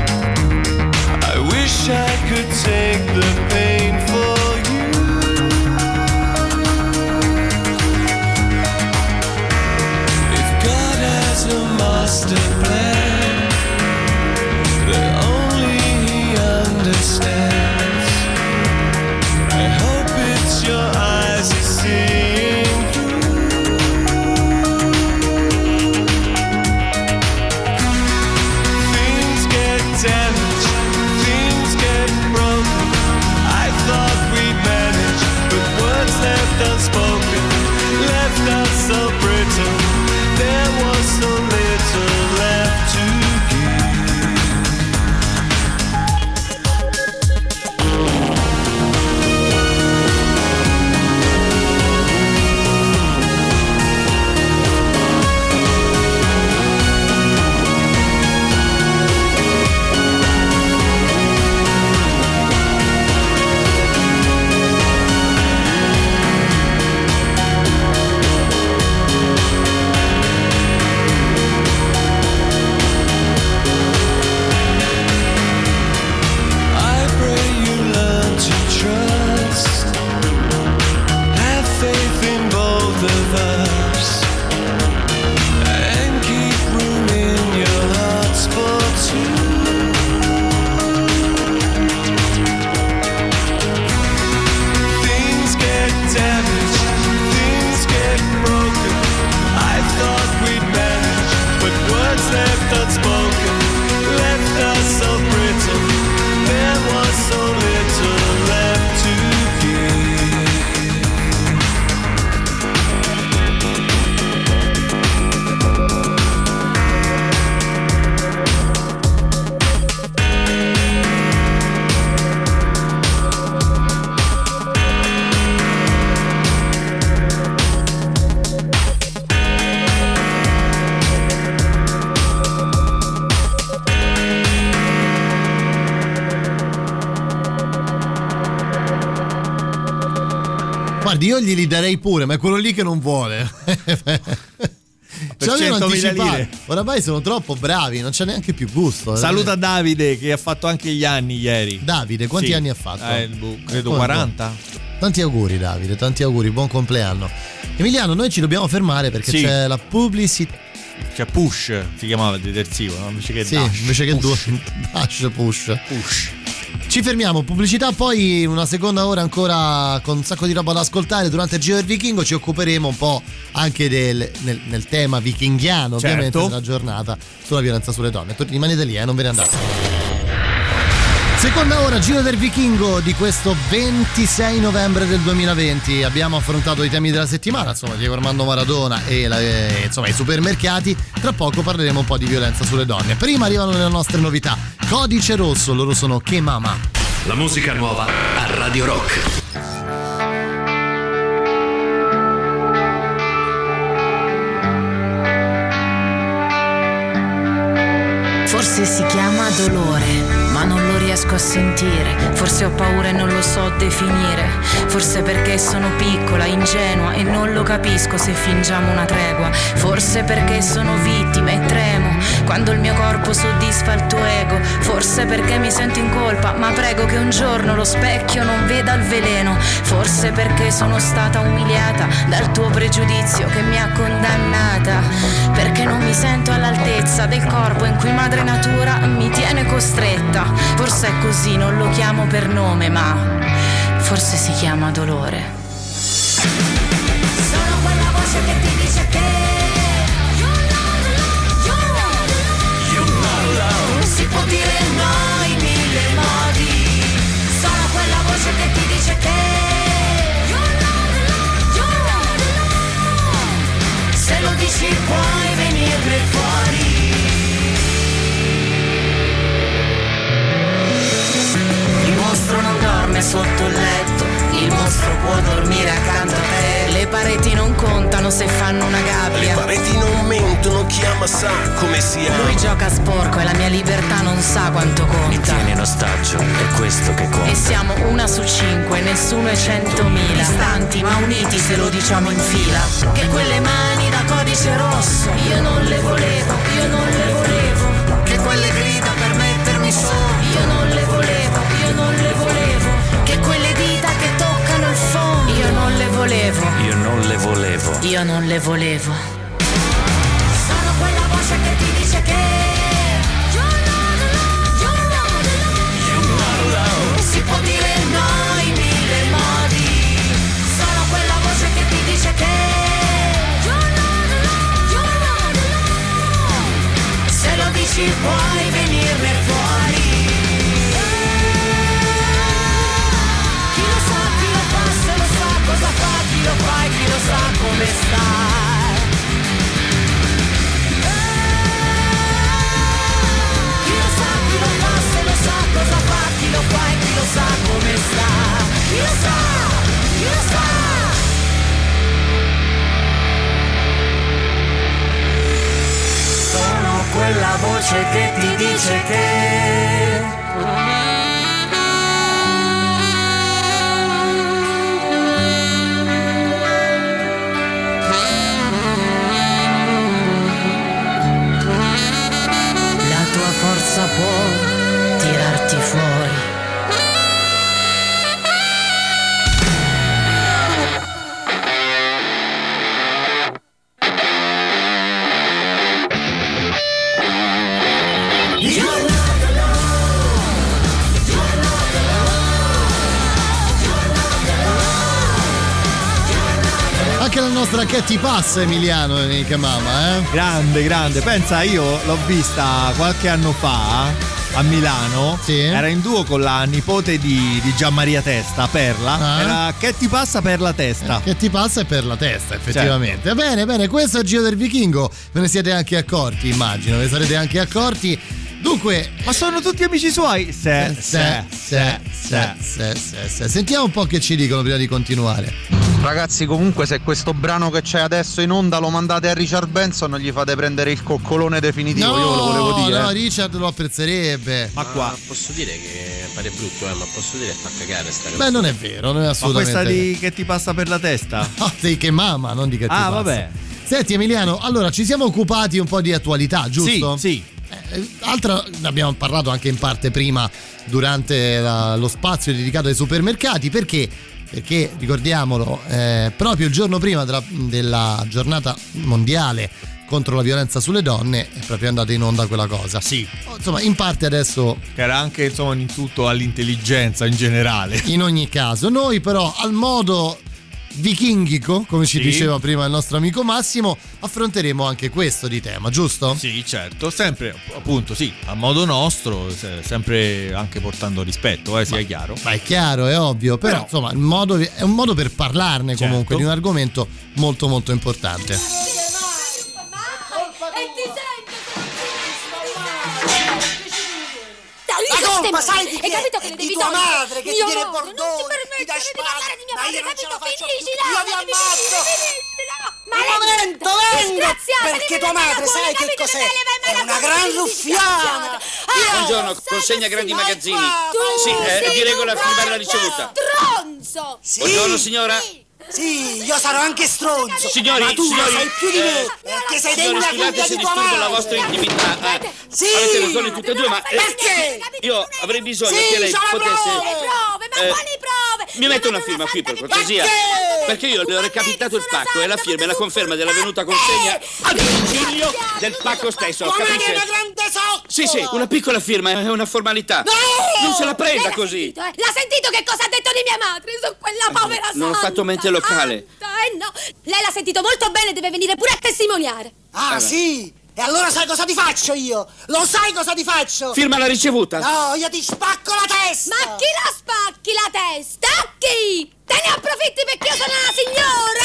I wish I could take the pain for you. If God has a master plan that only he understands. I hope it's your eyes he's seeing through. Things get damaged, things get broken. I thought we'd manage, but words left unspoken left us so brittle. There was so little left to Guardi, io glieli darei pure, ma è quello lì che non vuole. Ci avevano anticipato. Oramai sono troppo bravi, non c'è neanche più gusto. Saluta Davide che ha fatto anche gli anni ieri. Davide, quanti sì. anni ha fatto? Eh, credo quaranta. Tanti auguri Davide, tanti auguri, buon compleanno. Emiliano, noi ci dobbiamo fermare perché sì. c'è la pubblicità. C'è Push, si chiamava il detersivo, no? Invece che sì, Dash. invece che Push. du- Dash, Push. Push. Ci fermiamo, pubblicità, poi una seconda ora ancora con un sacco di roba da ascoltare. Durante il Giro del Vichingo ci occuperemo un po' anche del, nel, nel tema vichinghiano, certo. ovviamente, della giornata sulla violenza sulle donne. Rimanete lì, eh, non ve ne andate. Seconda ora, Giro del Vichingo di questo ventisei novembre del duemilaventi. Abbiamo affrontato i temi della settimana, insomma, Diego Armando Maradona e la, eh, insomma, i supermercati. Tra poco parleremo un po' di violenza sulle donne. Prima arrivano le nostre novità. Codice Rosso, loro sono Che Mama. La musica nuova a Radio Rock. Forse si chiama dolore, ma non lo riesco a sentire. Forse ho paura e non lo so definire. Forse perché sono piccola, ingenua e non lo capisco se fingiamo una tregua. Forse perché sono vittima e tremo quando il mio corpo soddisfa il tuo ego. Forse perché mi sento in colpa, ma prego che un giorno lo specchio non veda il veleno. Forse perché sono stata umiliata dal tuo pregiudizio che mi ha condannata. Perché non mi sento all'altezza del corpo in cui madre natura mi tiene costretta. Forse è così, non lo chiamo per nome, ma forse si chiama dolore. Sono quella voce che ti dice che you know love. Si può dire no in mille modi. Sono quella voce che ti dice che you know love. Se lo dici puoi venirne fuori. Il mostro non dorme sotto il letto, il mostro può dormire accanto a te. Le pareti non contano se fanno una gabbia. Le pareti non mentono, chi ama sa come si ama. Lui gioca sporco e la mia libertà non sa quanto conta. Mi tiene in ostaggio, è questo che conta. E siamo una su cinque, nessuno è centomila. Distanti ma uniti se lo diciamo in fila. Che quelle mani da codice rosso io non le volevo, io non le volevo. Che quelle grida per mettermi su io non le volevo, io non le volevo. Che quelle dita che toccano il fondo io non le volevo, io non le volevo. io non le volevo. Sono quella voce ci puoi venirne fuori. Chi lo sa, chi lo fa, se lo sa cosa fa, chi lo fa e chi lo sa come sta. Cosa fa, chi lo fa e chi lo sa come sta. Chi lo sa, chi lo sa. Sono quella voce che ti dice che la tua forza può tirarti fuori. Anche la nostra Katy Pass, Emiliano Nica Mama, eh? Grande, grande. Pensa, io l'ho vista qualche anno fa a Milano, sì. Era in duo con la nipote di, di Gianmaria Testa, Perla. Ah. Era Che ti passa per la testa. Eh, che ti passa per la testa, effettivamente. Certo. Bene, bene, questo è il Giro del Vichingo. Ve ne siete anche accorti, immagino. Ve ne sarete anche accorti. Dunque, ma sono tutti amici suoi? Se, se, se, se, se, se, se. Sentiamo un po' che ci dicono prima di continuare. Ragazzi, comunque se questo brano che c'è adesso in onda lo mandate a Richard Benson, gli fate prendere il coccolone definitivo. No, io ve lo volevo dire. No, Richard lo apprezzerebbe. Ma qua posso dire che pare brutto, eh, ma posso dire che fa cagare sta cosa. Beh, non è vero, non è assolutamente. Ma questa di Che ti passa per la testa? No, di Che Mama, non di Che ti ah, passa. Ah, vabbè. Senti Emiliano, allora ci siamo occupati un po' di attualità, giusto? Sì, sì. Eh, altra, ne abbiamo parlato anche in parte prima durante la, lo spazio dedicato ai supermercati, perché perché ricordiamolo, eh, proprio il giorno prima della, della giornata mondiale contro la violenza sulle donne è proprio andata in onda quella cosa. Sì. Insomma, in parte adesso che era anche insomma un insulto all'intelligenza in generale. In ogni caso, noi però al modo vichinghico, come ci sì. diceva prima il nostro amico Massimo, affronteremo anche questo di tema, giusto? Sì, certo, sempre appunto sì, a modo nostro, sempre anche portando rispetto, eh, sia ma, chiaro. Ma è chiaro, è ovvio, però, però insomma il modo, è un modo per parlarne certo. comunque di un argomento molto molto importante. Ma sai di Hai capito che le devi di tua togliere? madre che Mio ti tiene amore, bordoni, non ti ti permettere dà di spalla, parlare di mia ma madre, io non ce capito? la faccio Finiscila, più. Io vi ammazzo. Ma momento, vengo! Perché tua madre sai che cos'è? È una gran ruffiana! Buongiorno, consegna grandi magazzini. Sì, eh, di regola firmare la ricevuta. Stronzo! Buongiorno signora. Sì, io sarò anche stronzo. Signori, ma tu signori, sei più di me, eh, perché sei signori, degna scusate figlia se di tua disturbo madre. la vostra intimità. Eh, sì! Avete ragione tutte e due, ma eh, perché? io avrei bisogno sì, che lei potesse. Le prove, ma eh, quali prove? Mi mette una firma qui per cortesia. Perché io le ho recapitato il pacco e la firma e la conferma della venuta consegna a domicilio del pacco stesso. Ma capisce? è una grande sotto! Sì, sì, una piccola firma, è una formalità. No! Non se la prenda così. Sentito, eh? L'ha sentito che cosa ha detto di mia madre su quella povera santa? Non ho fatto mente locale. Santa, eh no, lei l'ha sentito molto bene, deve venire pure a testimoniare. Ah, allora. Sì? E allora sai cosa ti faccio io? Lo sai cosa ti faccio? Firma la ricevuta. No, io ti spacco la testa. Ma chi la spacchi la testa? A chi? Te ne approfitti perché io sono una signora?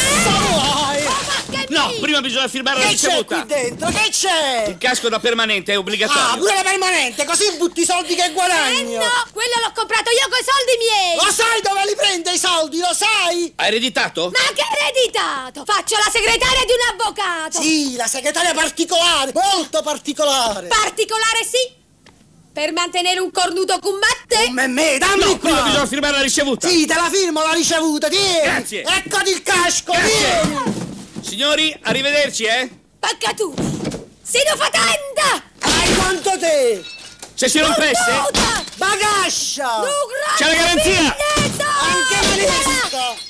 Eh? Oh, ma che No, mi... prima bisogna firmare che la ricevuta. Che c'è qui dentro? Che c'è? Il casco da permanente è obbligatorio. Ah, pure la permanente, così butti i soldi che guadagno. Eh no, quello l'ho comprato io coi soldi miei. Lo sai dove li prende i soldi, lo sai? Hai ereditato? Ma che ereditato? Faccio la segretaria di un avvocato. Sì, la segretaria particolare, molto particolare. Particolare sì? Per mantenere un cornuto combatte? Come me, dammi No, qua. prima bisogna firmare la ricevuta. Sì, te la firmo la ricevuta, tieni. Grazie. Eccoti il casco, Grazie. tieni. Signori, arrivederci, eh? Pacca tu. Sino fatenda. Hai quanto te? Se si rompesse? Bagascia. C'è la garanzia. Anche malissimo.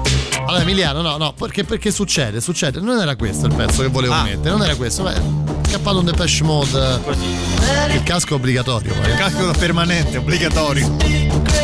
Emiliano, no, no, perché, perché succede, succede. Non era questo il pezzo che volevo ah. mettere, non era questo. Beh, scappato un Depeche Mode. Così. Il casco è obbligatorio. Poi. Il casco permanente, obbligatorio.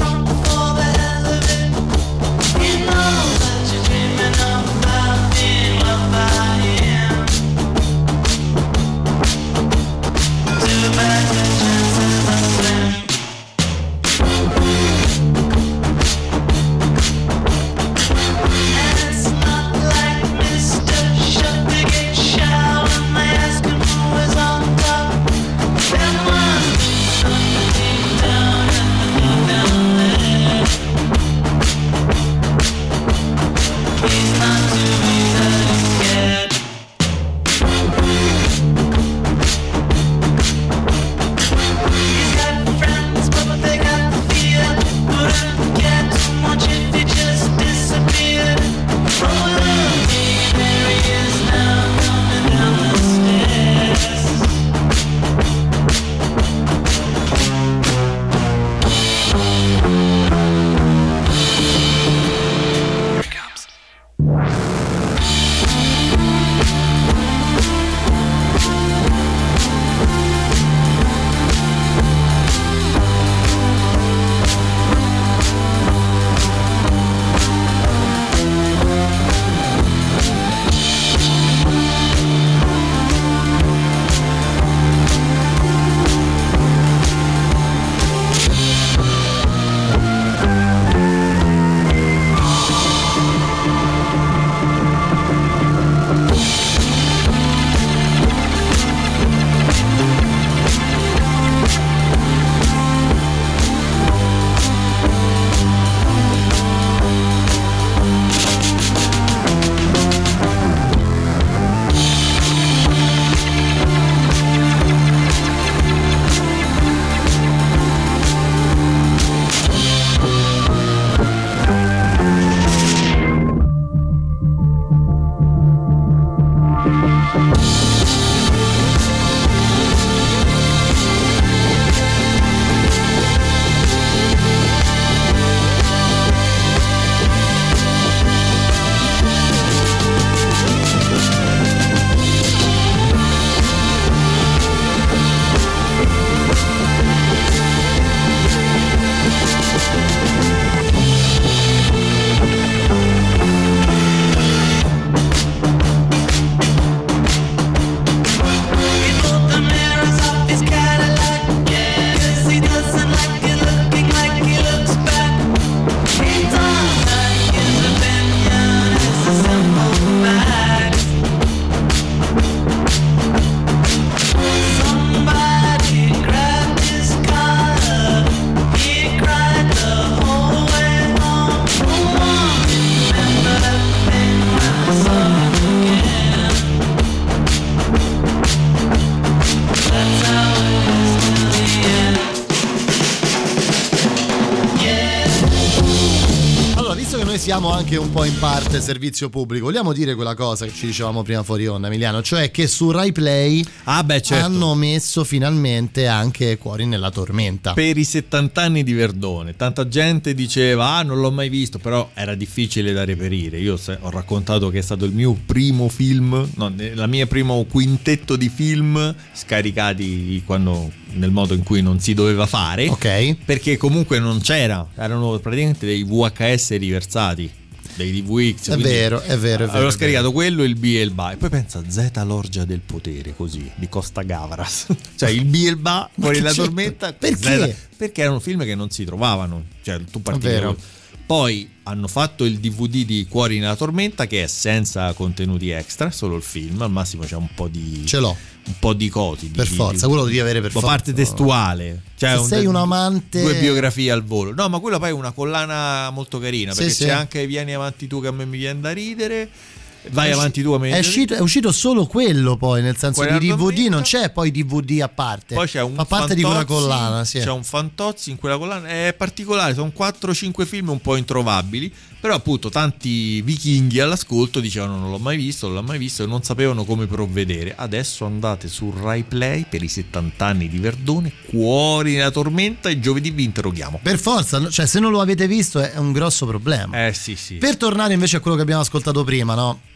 siamo anche un po' in parte servizio pubblico. Vogliamo dire quella cosa che ci dicevamo prima fuori onda, Emiliano, cioè che su Rai Play ah beh, certo. hanno messo finalmente anche Cuori nella tormenta per i settanta anni di Verdone. Tanta gente diceva ah non l'ho mai visto, però era difficile da reperire. Io ho raccontato che è stato il mio primo film, no, la mia primo quintetto di film scaricati quando, nel modo in cui non si doveva fare, ok, perché comunque non c'era, erano praticamente dei V H S riversati, dei D V X. È vero, è vero, è vero. Avevo scaricato quello, il B e il Ba, e poi pensa Z l'orgia del potere, così, di Costa Gavras. Cioè il B e il Ba, Cuori nella tormenta. Perché? Z, perché erano film che non si trovavano, cioè tu partivi. Poi hanno fatto il D V D di Cuori nella tormenta, che è senza contenuti extra, solo il film, al massimo c'è un po' di ce l'ho un po' di cosi per di, forza, di, quello devi avere per forza, parte testuale, cioè se un, sei un amante, due biografie al volo. No, ma quella poi è una collana molto carina, sì, perché sì. c'è anche Vieni avanti tu che a me mi viene da ridere, Vai è avanti tu a me. È uscito, è uscito solo quello, poi nel senso Cuori di D V D tormenta. Non c'è poi D V D a parte. Poi c'è un a parte Fantozzi, di quella collana, sì. C'è un Fantozzi in quella collana, è particolare, sono quattro cinque film un po' introvabili, però appunto tanti vichinghi all'ascolto dicevano non l'ho mai visto, non l'ho mai visto e non sapevano come provvedere. Adesso andate su Rai Play per i settanta anni di Verdone, Cuori nella tormenta, e giovedì vi interroghiamo. Per forza, cioè se non lo avete visto è un grosso problema. Eh sì sì. Per tornare invece a quello che abbiamo ascoltato prima, no?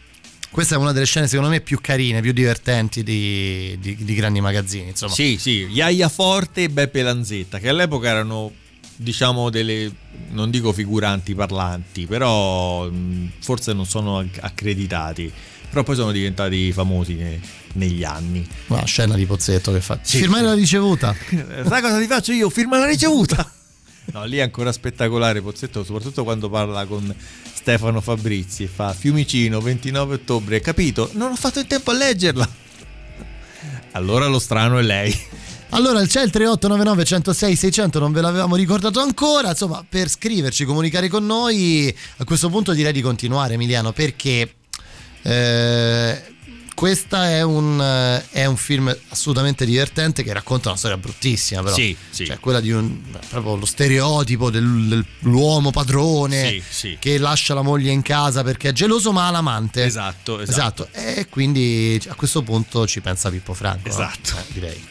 questa è una delle scene secondo me più carine, più divertenti di, di, di Grandi Magazzini, insomma. Sì, sì, Iaia Forte e Beppe Lanzetta, che all'epoca erano, diciamo, delle, non dico figuranti parlanti, però mh, forse non sono accreditati, però poi sono diventati famosi ne, negli anni. La scena di Pozzetto che fa, sì, firmare sì. la ricevuta. Sai cosa ti faccio io? Firma la ricevuta. No, lì è ancora spettacolare Pozzetto, soprattutto quando parla con Stefano Fabrizi e fa: Fiumicino, ventinove ottobre, capito? Non ho fatto in tempo a leggerla. Allora lo strano è lei. Allora c'è il tre otto nove nove uno zero sei sei zero zero, non ve l'avevamo ricordato ancora, insomma, per scriverci, comunicare con noi. A questo punto direi di continuare, Emiliano, perché eh, questa è un, è un film assolutamente divertente che racconta una storia bruttissima, però. Sì, sì. Cioè quella di un, proprio lo stereotipo del, dell'uomo padrone, sì, sì. che lascia la moglie in casa perché è geloso ma ha l'amante. Esatto, esatto. esatto. E quindi a questo punto ci pensa Pippo Franco. Esatto. No? Eh, direi.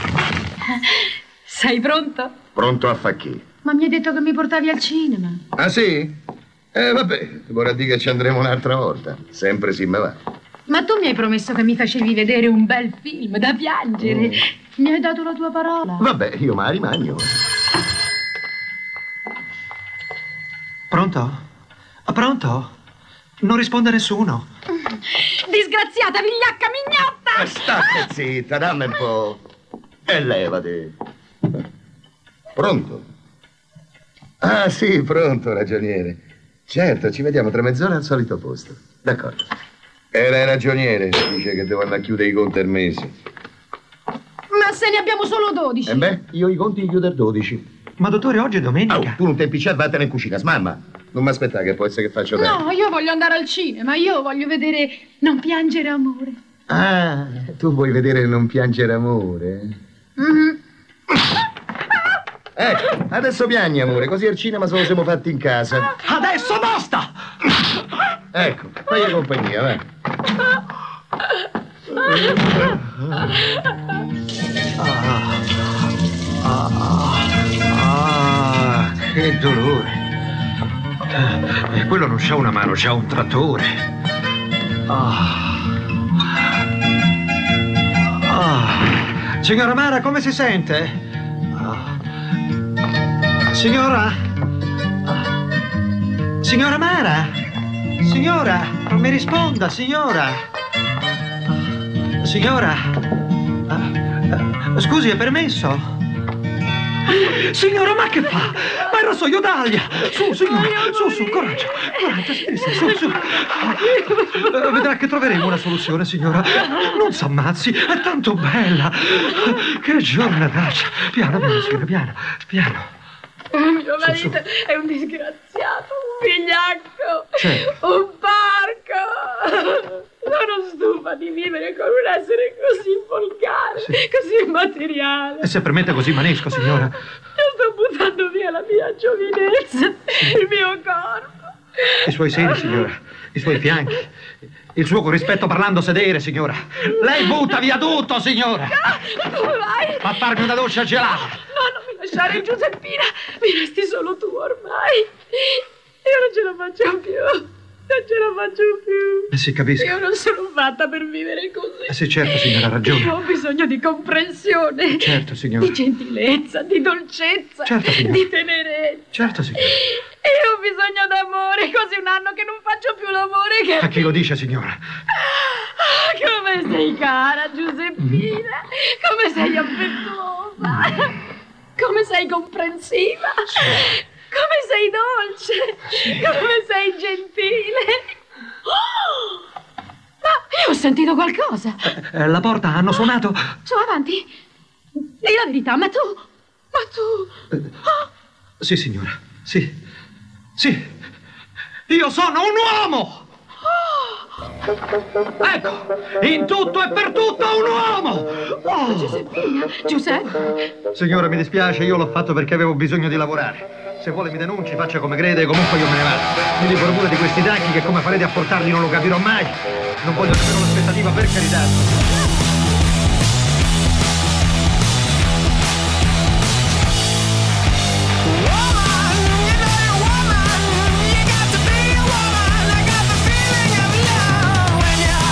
Sei pronto? Pronto a fa chi? Ma mi hai detto che mi portavi al cinema. Ah sì? Eh vabbè, vorrà dire che ci andremo un'altra volta. Sempre sì me va. Ma tu mi hai promesso che mi facevi vedere un bel film da piangere. Mm. Mi hai dato la tua parola. Vabbè, io me la rimagno. Pronto? Pronto? Non risponde nessuno. Disgraziata, vigliacca mignotta! State zitta, dammi un po'. E levati. Pronto? Ah sì, pronto, ragioniere. Certo, ci vediamo tra mezz'ora al solito posto. D'accordo. Era il ragioniere, dice che devo andare a chiudere i conti al mese. Ma se ne abbiamo solo dodici. E beh, io i conti li chiudo al dodici. Ma dottore, oggi è domenica. Oh, tu non ti impicciare, vattene in cucina, smamma. Non mi aspettare, che può essere che faccio tardi. No, io voglio andare al cinema, io voglio vedere Non piangere amore. Ah, tu vuoi vedere Non piangere amore? Mm-hmm. Ecco, adesso piagni amore, così al cinema se lo siamo fatti in casa. Adesso basta! Ecco, fai compagnia, vai. Ah, ah, ah, che dolore. E quello non c'ha una mano, c'ha un trattore. Ah. Ah. Signora Mara, come si sente? Ah. Signora? Ah. Signora Mara? Signora, non mi risponda, signora. Ah. Signora? Ah. Scusi, è permesso? Signora, ma che fa? Ma il rasoio d'Alia! Su, signora, su, su, coraggio, coraggio, sì, sì, su, su. Uh, vedrà che troveremo una soluzione, signora. Non s'ammazzi, è tanto bella. Che giornataccia. Piano, piano, signora, piano, piano. Mio marito è un disgraziato, un vigliacco, certo. Un porco. Sono stufa di vivere con un essere così volgare, sì. Così immateriale. E se permette così manesco, signora. Io sto buttando via la mia giovinezza, il mio corpo. I suoi seni, signora, i suoi fianchi, il suo corrispetto parlando sedere, signora. Lei butta via tutto, signora. No, dove vai? A farmi una doccia gelata. No, non mi lasciare, Giuseppina. Mi resti solo tu ormai. Io non ce la faccio più. Non ce la faccio più. Eh sì, capisco. Io non sono fatta per vivere così. Eh sì, certo, signora, ha ragione. Io ho bisogno di comprensione. Certo, signora. Di gentilezza, di dolcezza. Certo, signora. Di tenerezza. Certo, signora. Io ho bisogno d'amore. Quasi un anno che non faccio più l'amore che... A chi lo dice, signora? Ah, come sei cara, Giuseppina. Come sei affettuosa. Come sei comprensiva. Sì. Come sei dolce, come sei gentile. Oh! Ma io ho sentito qualcosa. Eh, la porta, hanno suonato. Su, avanti. Dì la verità, ma tu... Ma tu... Eh, oh. Sì, signora, sì. Sì. Io sono un uomo! Oh. Ecco, in tutto e per tutto un uomo! Oh. Giuseppina, Giuseppe. Signora, mi dispiace, io l'ho fatto perché avevo bisogno di lavorare. Se vuole mi denunci, faccia come crede, comunque io me ne vado. Mi libero pure di questi tacchi che come farete a portarli non lo capirò mai. Non voglio avere l'aspettativa, per carità. Woman, you got to be a woman. I got the feeling of love when you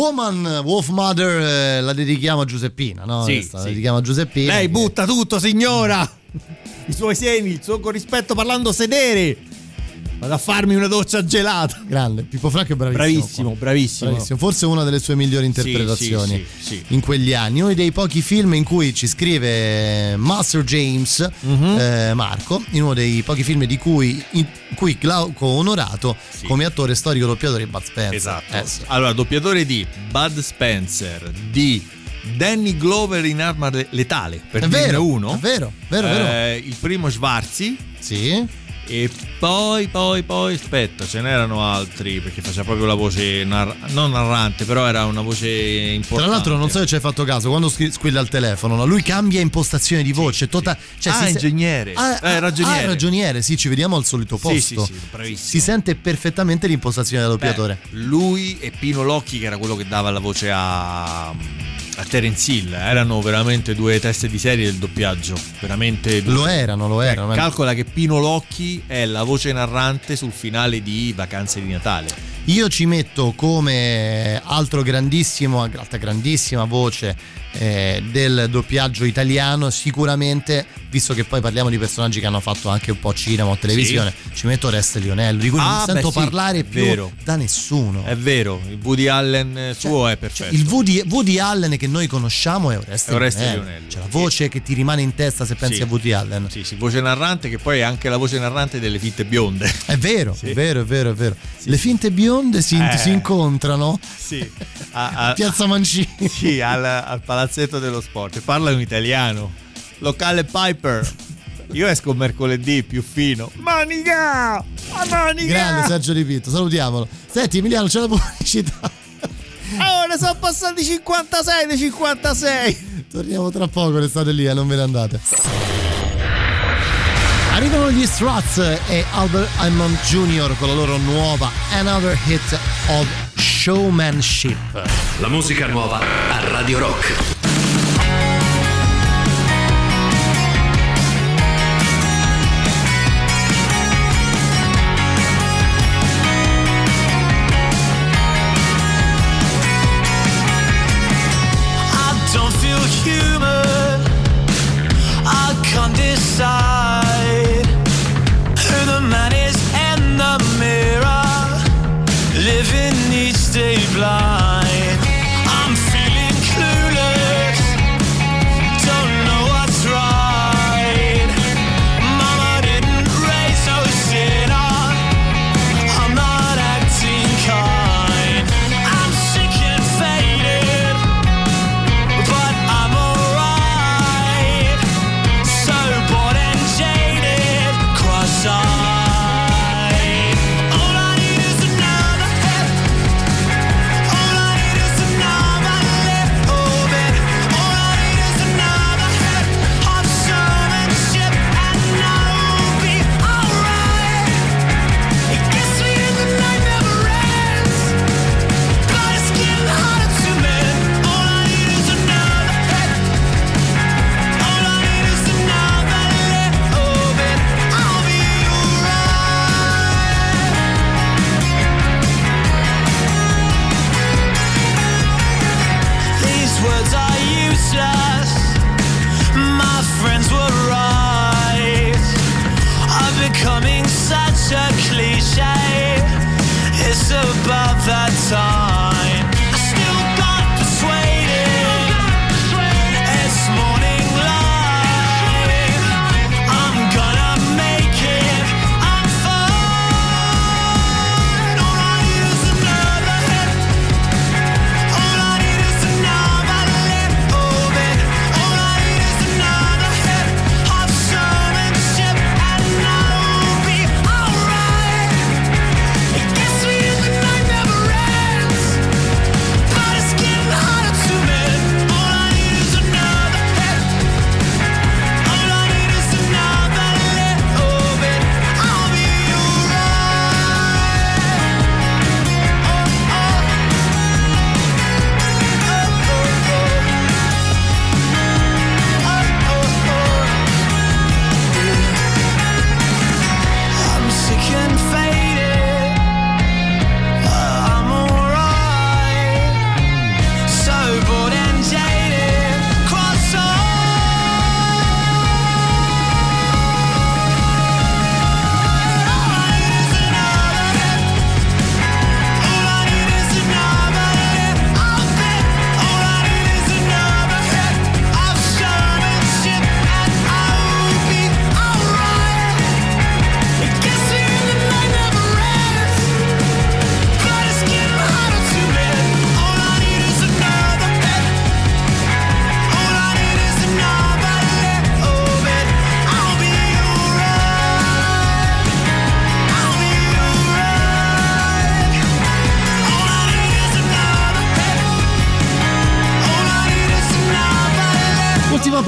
Woman, Wolf Mother, eh, la dedichiamo a Giuseppina, no? Sì, Questa, sì. La dedichiamo a Giuseppina. Lei che... butta tutto, signora! I suoi semi, il suo corrispetto parlando sedere. Vado a farmi una doccia gelata. Grande, Pippo Franco è bravissimo. Bravissimo, bravissimo. Bravissimo. Forse una delle sue migliori interpretazioni sì, sì, sì, sì. in quegli anni. Uno dei pochi film in cui ci scrive Master James, Mhm. eh, Marco, in uno dei pochi film di cui, in cui Glauco onorato Sì. come attore storico doppiatore di Bud Spencer. Esatto. Eh, sì. Allora, doppiatore di Bud Spencer, di Danny Glover in Arma Letale, per È dirne vero, uno. è vero, vero, Eh, vero. Il primo Schwarzi. Sì. E poi, poi, poi, aspetta, ce n'erano altri, perché faceva proprio la voce, nar- non narrante, però era una voce importante. Tra l'altro non so se ci hai fatto caso, quando scri- squilla al telefono, no? Lui cambia impostazione di voce, tota- cioè, Ah, si se- ingegnere. Ah, Eh, ragioniere. ah, ragioniere, sì, ci vediamo al solito Sì, posto. sì, sì, bravissimo. Si sente perfettamente l'impostazione del doppiatore. Beh, lui e Pino Locchi, che era quello che dava la voce a, a Terence Hill, erano veramente due teste di serie del doppiaggio. Veramente due. Lo erano, lo Cioè, erano. calcola che Pino Locchi è la voce narrante sul finale di Vacanze di Natale. Io ci metto come altro grandissimo, altra grandissima voce eh, del doppiaggio italiano, sicuramente, visto che poi parliamo di personaggi che hanno fatto anche un po' cinema o televisione, ci metto Oreste Lionello, di cui Ah, non sento beh, sì, parlare è più vero. da nessuno. È vero, il Woody Allen suo è perfetto. Il Woody, Woody Allen che noi conosciamo è Oreste, È Oreste Lionello. Lionello. C'è la voce che ti rimane in testa se pensi Sì. a Woody Allen. Sì, sì, voce narrante, che poi è anche la voce narrante delle finte bionde. È vero, Sì. è vero, è vero, è vero. Le finte bionde si, Eh. si incontrano Sì, a, a- Piazza Mancini. Sì, al, al palazzetto dello sport. E parla in italiano. Locale Piper. Io esco mercoledì più fino. Manica! A manica! Grande Sergio Ripitto, salutiamolo. Senti Emiliano, c'è la pubblicità. Ora sono passati cinquantasei dei cinquantasei. Torniamo tra poco, restate lì e non ve ne andate. Arrivano gli Struts e Albert Hammond Junior con la loro nuova Another Hit of Showmanship. La musica nuova a Radio Rock. I don't feel human. I can't decide who the man is in the mirror. Living each day blind. I'm feeling clueless.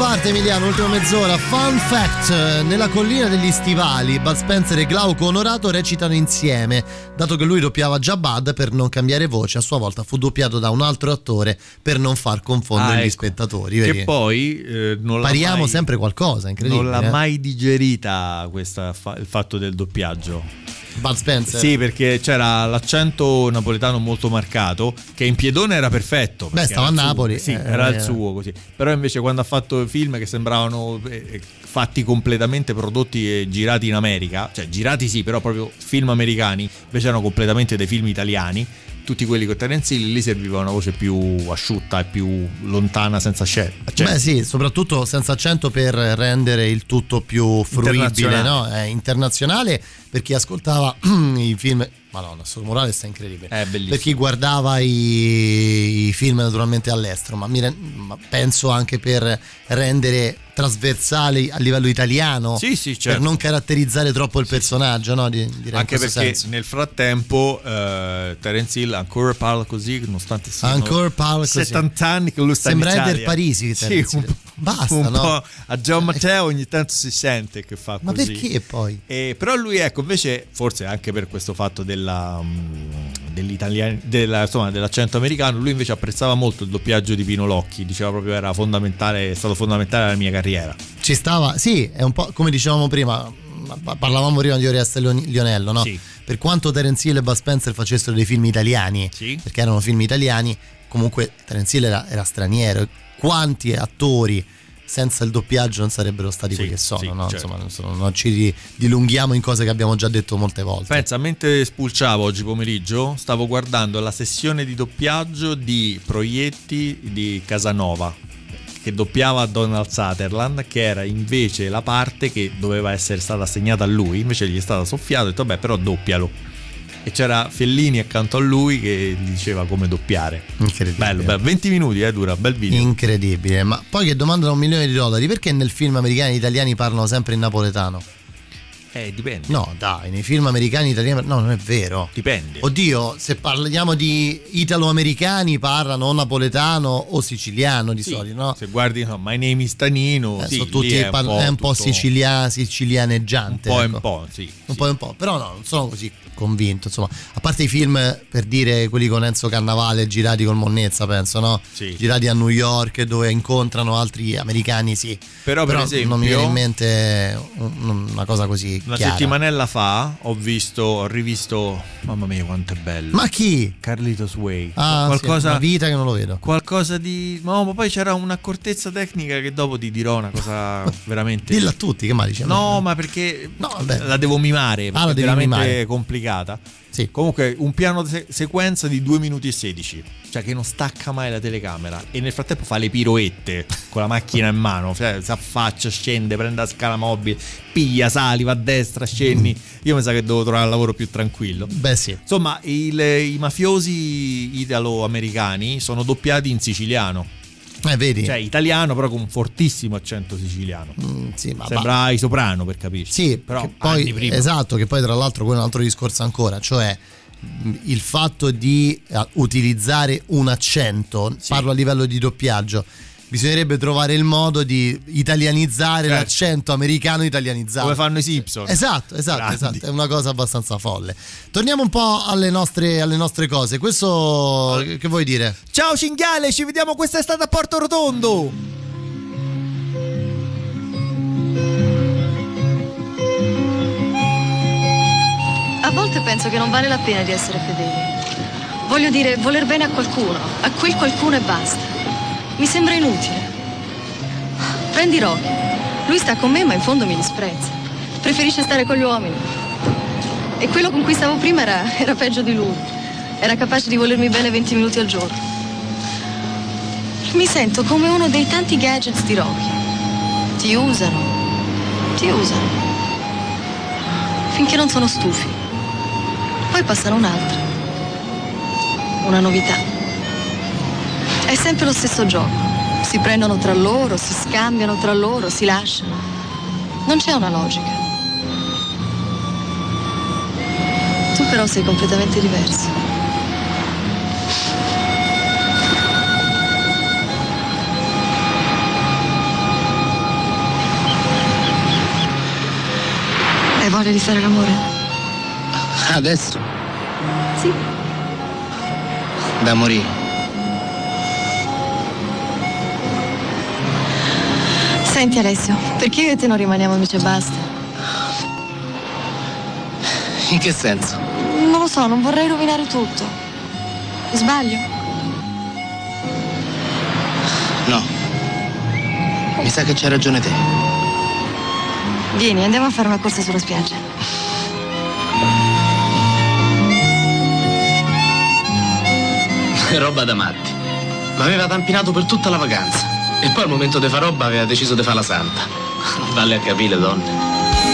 parte, Emiliano, ultima mezz'ora. Fun fact: nella collina degli stivali Bud Spencer e Glauco Onorato recitano insieme. Dato che lui doppiava già Bud, per non cambiare voce, a sua volta fu doppiato da un altro attore per non far confondere ah, gli ecco. spettatori. Che vedi? poi eh, non l'ha pariamo mai, sempre qualcosa, incredibile. Non l'ha eh? mai digerita questa, fa, il fatto del doppiaggio. Bud Spencer? Sì, perché c'era l'accento napoletano molto marcato, che in Piedone era perfetto. Beh, stava a Napoli. Sì, eh, era eh. il suo così. Però invece quando ha fatto film che sembravano eh, fatti completamente prodotti e girati in America, cioè girati sì, però proprio film americani, invece erano completamente dei film italiani. Tutti quelli con Terence Hill, lì serviva una voce più asciutta e più lontana, senza accento. Beh sì, soprattutto senza accento per rendere il tutto più fruibile, Internazionale. no? È internazionale per chi ascoltava i film. Madonna, Solo Morales è incredibile. È bellissimo. Per chi guardava i, i film naturalmente all'estero, ma, mi re- ma penso anche per rendere trasversali a livello italiano, Sì, sì, certo. per non caratterizzare troppo il personaggio, no? Di, direi Anche in questo perché senso. nel frattempo eh, Terence Hill ancora parla così, nonostante siano Ancora parla così. settanta anni che lui sta Sembra in Italia. Eder Parisi, Sì, Terence un, Hill. Basta, un no? po' a Gian Matteo ogni tanto si sente che fa Ma così. perché poi? E, però lui, ecco, invece forse anche per questo fatto della, mh, dell'italian- della, insomma, dell'accento americano, lui invece apprezzava molto il doppiaggio di Pino Locchi, diceva proprio era fondamentale, è stato fondamentale nella mia carriera. Ci stava, sì, è un po' come dicevamo prima, parlavamo prima di Oreste Lionello, no? Sì. Per quanto Terence Hill e Bud Spencer facessero dei film italiani, Sì. perché erano film italiani, comunque Terence Hill era, era straniero. Quanti attori senza il doppiaggio non sarebbero stati Sì, quelli che sono, sì, no? certo. Insomma, non, sono- non ci dilunghiamo in cose che abbiamo già detto molte volte. Pensa, mentre spulciavo oggi pomeriggio, stavo guardando la sessione di doppiaggio di Proietti di Casanova, che doppiava Donald Sutherland, che era invece la parte che doveva essere stata assegnata a lui, invece gli è stata soffiata e ho detto beh, però doppialo. E c'era Fellini accanto a lui che gli diceva come doppiare. Incredibile. Bello, bello. venti minuti eh, dura, bel video. Incredibile, ma poi che domanda da un milione di dollari, perché nel film americani gli italiani parlano sempre in napoletano? Eh, dipende. No, dai, nei film americani italiani no, non è vero. Dipende. Oddio, se parliamo di italo-americani parlano o napoletano o siciliano di Sì, solito, no? Se guardi no, My Name is Tanino, Eh, sì, sono tutti lì è un par- po', è un po' tutto- sicilia- sicilianeggiante. un po' e ecco. un po', sì. Un po' e un po', però no, non sono così convinto, insomma. A parte i film, per dire, quelli con Enzo Cannavale girati col Monnezza, penso, no? Sì. Girati a New York dove incontrano altri americani, sì. Però, per esempio, non mi viene in mente un- una cosa così Una chiara. settimanella fa ho visto, ho rivisto, mamma mia quanto è bello. Ma chi? Carlitos Way. Ah, qualcosa, sì, una vita che non lo vedo. qualcosa di... No, ma poi c'era un'accortezza tecnica che dopo ti dirò una cosa veramente... Dillo a tutti, che mai dice? No, ma perché No, vabbè. la devo mimare, perché Ah, la è devi veramente mimare. complicata. Sì. Comunque un piano se- sequenza di due minuti e sedici, cioè che non stacca mai la telecamera e nel frattempo fa le piroette con la macchina in mano, cioè si affaccia, scende, prende la scala mobile, piglia, sali, va a destra, scendi. Io mi sa che devo trovare un lavoro più tranquillo. Beh sì. Insomma, il- i mafiosi italo-americani sono doppiati in siciliano. Eh, vedi? Cioè italiano però con un fortissimo accento siciliano. Mm, sì, ma Sembra i Soprano, per capirci. Sì, però che poi, anni prima. esatto, che poi tra l'altro quello è un altro discorso ancora, cioè mh, il fatto di eh, utilizzare un accento, parlo a livello di doppiaggio, bisognerebbe trovare il modo di italianizzare Certo. l'accento americano italianizzato. Come fanno i Simpson. Esatto, esatto, Grandi. esatto, è una cosa abbastanza folle. Torniamo un po' alle nostre, alle nostre cose. Questo che vuoi dire? Ciao cinghiale, ci vediamo quest'estate a Porto Rotondo. A volte penso che non vale la pena di essere fedeli. Voglio dire, voler bene a qualcuno, a quel qualcuno e basta. Mi sembra inutile. Prendi Rocky. Lui sta con me, ma in fondo mi disprezza. Preferisce stare con gli uomini. E quello con cui stavo prima era, era peggio di lui. Era capace di volermi bene venti minuti al giorno. Mi sento come uno dei tanti gadgets di Rocky. Ti usano. Ti usano. Finché non sono stufi. Poi passano un'altra. Una novità. È sempre lo stesso gioco. Si prendono tra loro, si scambiano tra loro, si lasciano. Non c'è una logica. Tu però sei completamente diverso. Hai voglia di fare l'amore? Adesso? Sì. Da morire. Senti Alessio, perché io e te non rimaniamo amici e basta? In che senso? Non lo so, non vorrei rovinare tutto. Sbaglio? No. Mi sa che c'hai ragione te. Vieni, andiamo a fare una corsa sulla spiaggia. Roba da matti. Ma aveva tampinato per tutta la vacanza. E poi al momento di fare roba aveva deciso di fare la santa. Valle a capire, donne.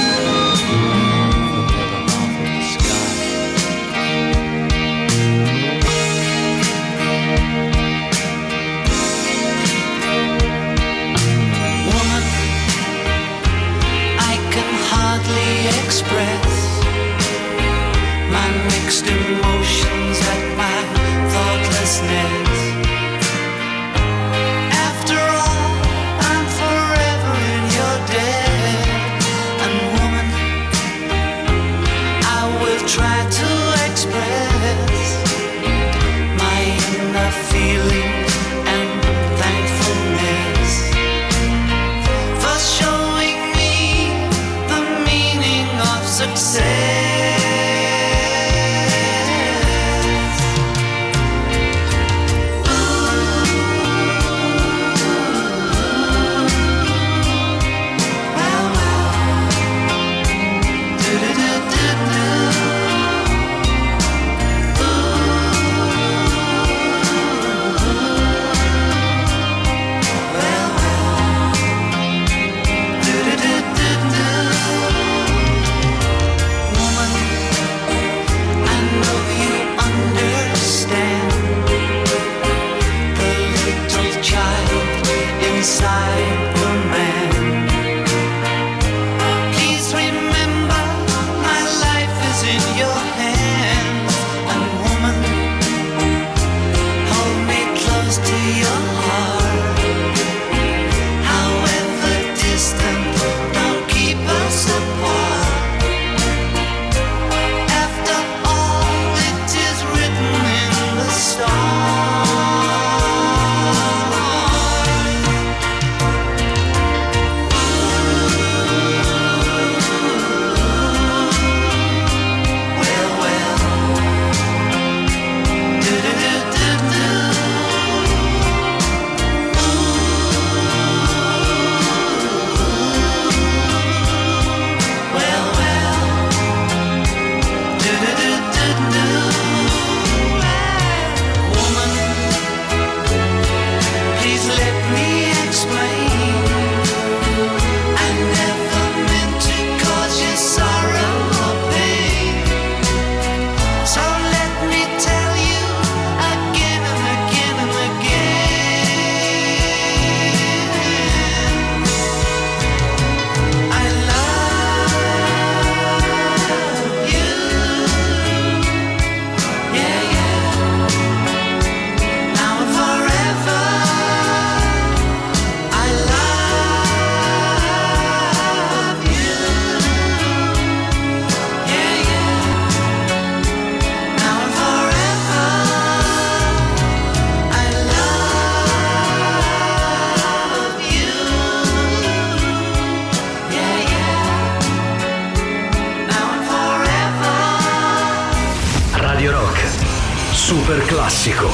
Express my mixed emotions at my thoughtlessness. After all, I'm forever in your debt. And woman, I will try to express my inner feelings and thankfulness for showing me the meaning of success. Inside the man. Please remember my life is in your hands. And woman, hold me close to your heart. However distant, don't keep us apart. After all, it is written in the stars. Super classico.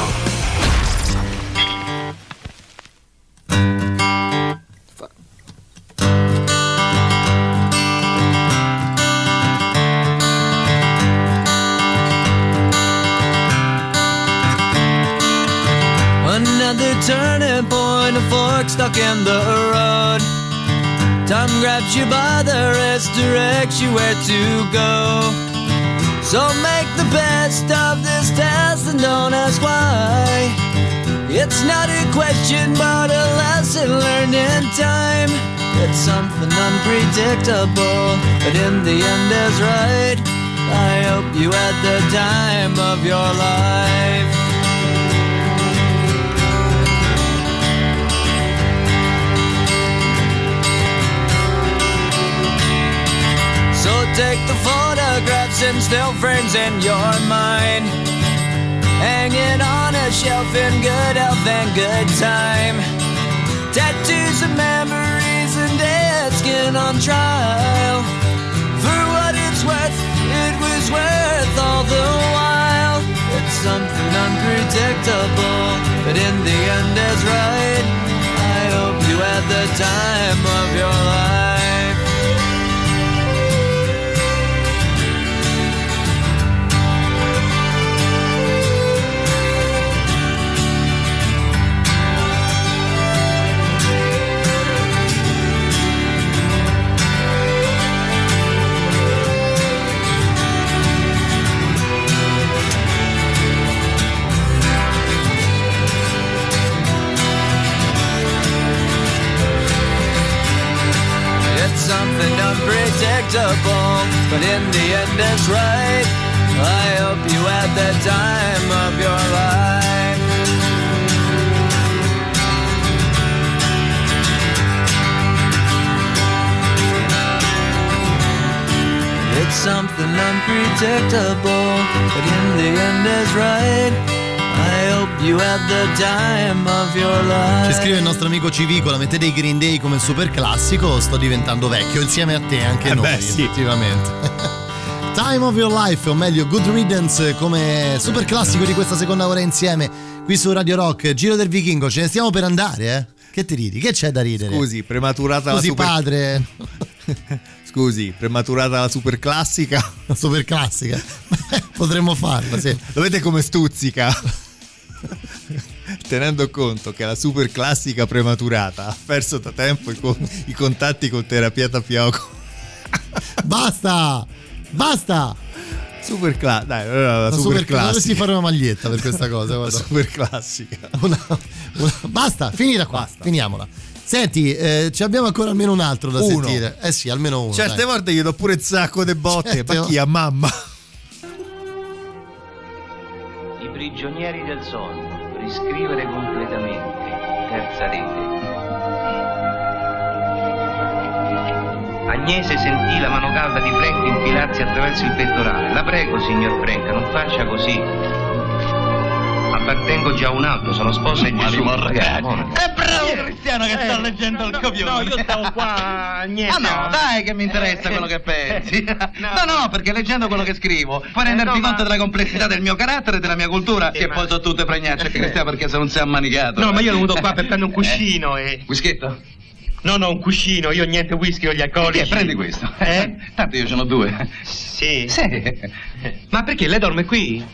Another turning point, a fork stuck in the road. Time grabs you by the wrist, directs you where to go. So make the best of this test and don't ask why. It's not a question but a lesson learned in time. It's something unpredictable, but in the end is right. I hope you had the time of your life. So take the photographs and still frames in your mind, hanging on a shelf in good health and good time. Tattoos of memories and dead skin on trial. For what it's worth, it was worth all the while. It's something unpredictable, but in the end is right. I hope you had the time of your life. Something unpredictable, but in the end it's right. I hope you had the time of your life. It's something unpredictable, but in the end it's right. I hope you had the time of your life. Ci scrive il nostro amico Civicola: mettete i Green Day come super classico, sto diventando vecchio insieme a te, anche eh noi, beh, sì. effettivamente. Time of Your Life, o meglio Good Riddance, come super classico di questa seconda ora insieme qui su Radio Rock. Giro del Vichingo, ce ne stiamo per andare, eh? Che ti ridi? Che c'è da ridere? Scusi, prematurata Scusi, la super... padre. Scusi, prematurata la super classica. La super classica. Potremmo farla, sì. Lo vede come stuzzica. Tenendo conto che la super classica prematurata ha perso da tempo i, co- i contatti con terapia tapioco. Basta! Basta! Super classica, dai, allora la, la super, super classica. Dovresti fare una maglietta per questa cosa. La super classica. Una, una, basta, finita qua, basta. Finiamola. Senti, eh, ci abbiamo ancora almeno un altro da uno. sentire. Eh sì, almeno uno. Certe dai. volte io do pure zacco de botte, Certo. ma chi a mamma? I prigionieri del sonno, riscrivere completamente, terza rete. Agnese sentì la mano calda di Frank infilarsi attraverso il pettorale. La prego, signor Frank, non faccia così. Appartengo già a un altro, sono sposa e Gesù. È bravo Cristiano che eh, sta leggendo il copione. No, io stavo qua, niente. Ma no, dai che mi interessa quello che pensi. No, no, perché leggendo quello che scrivo puoi renderti eh, no, conto ma... della complessità del mio carattere e della mia cultura, sì, che ma... poi sono tutte pregnacce, Cristiano, perché se non sei ammanicato. No, ma io ero venuto qua per prendere un cuscino eh. e... Whisketto? No, no, un cuscino, io niente whisky o gli alcolici. Eh, prendi questo. Eh? Tanto io ce n'ho due. Sì. Sì. Ma perché lei dorme qui?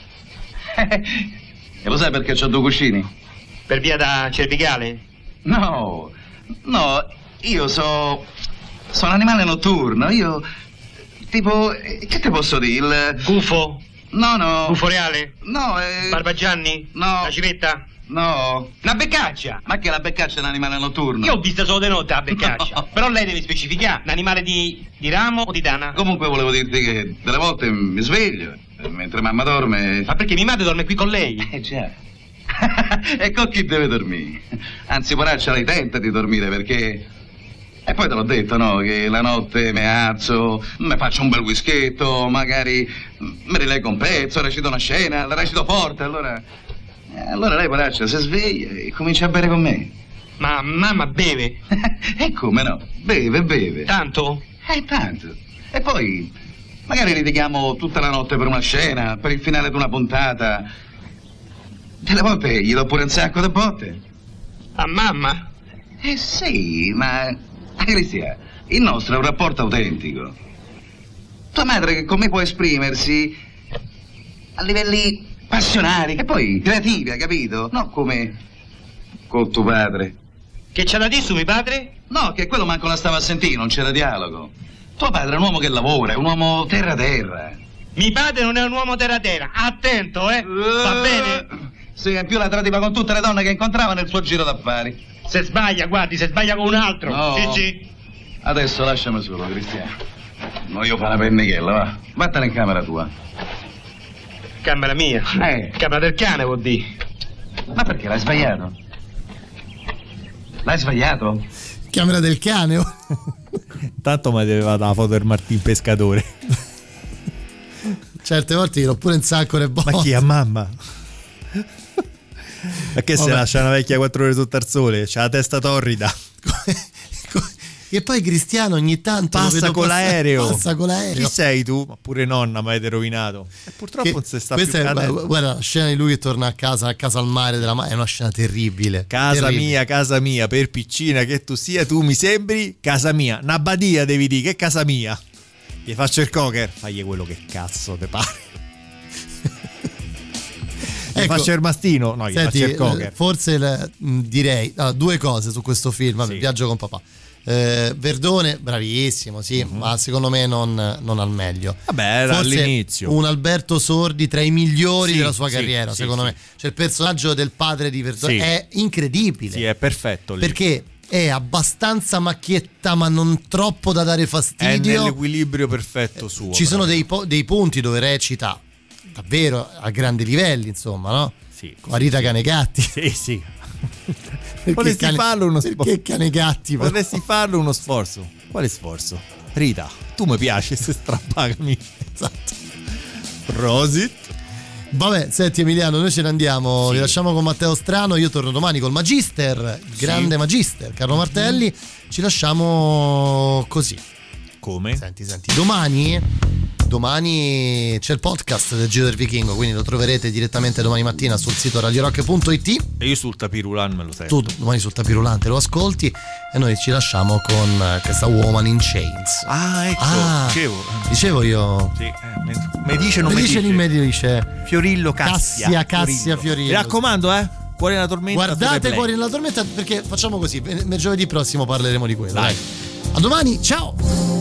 E lo sai perché c'ho due cuscini? Per via da cervicale? No, no, io so... sono un animale notturno, io... tipo... che te posso dire? Il... Gufo? No, no. Gufo reale? No, eh... Barbagianni? No. La civetta? No. Una beccaccia? Ma che la beccaccia è un animale notturno? Io ho visto solo di notte la beccaccia. No. Però lei deve specificare, un animale di, di ramo o di dana? Comunque volevo dirti che delle volte mi sveglio, mentre mamma dorme... Ma perché mia madre dorme qui con lei? Eh già. E con chi deve dormire? Anzi, poraccia, lei tenta di dormire perché... E poi te l'ho detto, no? Che la notte mi alzo, mi faccio un bel whisketto, magari mi rileggo un pezzo, recito una scena, la recito forte, allora... Allora lei, poraccia, si sveglia e comincia a bere con me. Ma mamma beve? E come no? Beve, beve. Tanto? Eh, tanto. E poi, magari litighiamo tutta la notte per una scena, per il finale di una puntata. Delle volte gli do pure un sacco di botte. A mamma? Eh sì, ma... Cristian, il nostro è un rapporto autentico. Tua madre che con me può esprimersi a livelli passionali e poi creativi, hai capito? No come con tuo padre. Che c'ha da dire su mio padre? No, che quello manco la stava a sentire, non c'era dialogo. Tuo padre è un uomo che lavora, è un uomo terra-terra. Mio padre non è un uomo terra-terra, attento, eh? Uh, Va bene? Sì, in più la tradiva con tutte le donne che incontrava nel suo giro d'affari. Se sbaglia, guardi, se sbaglia con un altro. No. Sì, sì. Adesso lasciami solo, Cristiano. No, io fa una pennichella, va. Vattene in camera tua. Camera mia? Eh. Camera del cane, vuol dire. Ma perché l'hai sbagliato? L'hai sbagliato? Camera del cane? Tanto mi aveva la foto del Martin Pescatore. Certe volte io pure in sacco le botte. Ma chi? A mamma? Perché se Vabbè. lascia una vecchia quattro ore sotto al sole? C'ha la testa torrida. E poi Cristiano ogni tanto lo Passa vedo con passa- l'aereo. Passa con l'aereo. Chi sei tu? Ma pure nonna mi avete rovinato. E purtroppo Che- non si sta più questa è, cadendo. guarda, la scena di lui che torna a casa, a casa al mare della ma- è una scena terribile. Casa terribile. mia, casa mia, per piccina che tu sia, tu mi sembri casa mia. Una badia devi dire, che casa mia. Gli faccio il cocker, fagli quello che cazzo te pare. Gli Ecco, faccio il mastino? No, gli senti, faccio il cocker. eh, forse le- mh, direi ah, due cose su questo film. Vabbè, Sì. Viaggio con papà. Eh, Verdone, bravissimo, sì, ma secondo me non, non al meglio. Vabbè, era Forse all'inizio. un Alberto Sordi tra i migliori Sì, della sua sì, carriera, sì, secondo sì. me. Cioè, il personaggio del padre di Verdone Sì. è incredibile. Sì, è perfetto lì. Perché è abbastanza macchietta, ma non troppo da dare È fastidio. nell'equilibrio perfetto suo. Ci sono però. dei, po- dei punti dove recita davvero a grandi livelli, insomma, no? Sì. Con la Rita Canegatti. Sì, sì. Perché Potresti cane- farlo uno sforzo. Perché Canegatti? però? Potresti farlo uno sforzo. Quale sforzo? Rita, tu mi piaci se strappagami. Esatto. Prosit. Vabbè, senti Emiliano, noi ce ne andiamo, Sì. vi lasciamo con Matteo Strano, io torno domani col Magister, il grande Magister, Carlo Martelli, ci lasciamo così. Come? Senti, senti, domani, domani c'è il podcast del Giro del Vichingo, quindi lo troverete direttamente domani mattina sul sito radio rock punto it. E io sul tapirulan me lo sento. Tu domani sul tapirulante lo ascolti e noi ci lasciamo con eh, questa Woman in Chains. Ah, ecco, Ah, dicevo. Dicevo io. Sì, eh, me dice non Mi mi dice, dice. mi dice. Fiorillo Cassia. Cassia, Cassia, Fiorillo. Mi raccomando, eh. Cuore nella tormenta. Guardate Total Cuori Play. nella tormenta perché facciamo così, ven- giovedì prossimo parleremo di quello. Dai. Dai. A domani, ciao!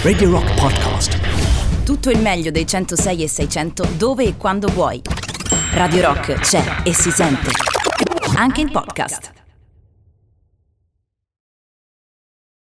Radio Rock Podcast. Tutto il meglio dei centosei e seicento dove e quando vuoi. Radio Rock c'è e si sente. Anche in podcast.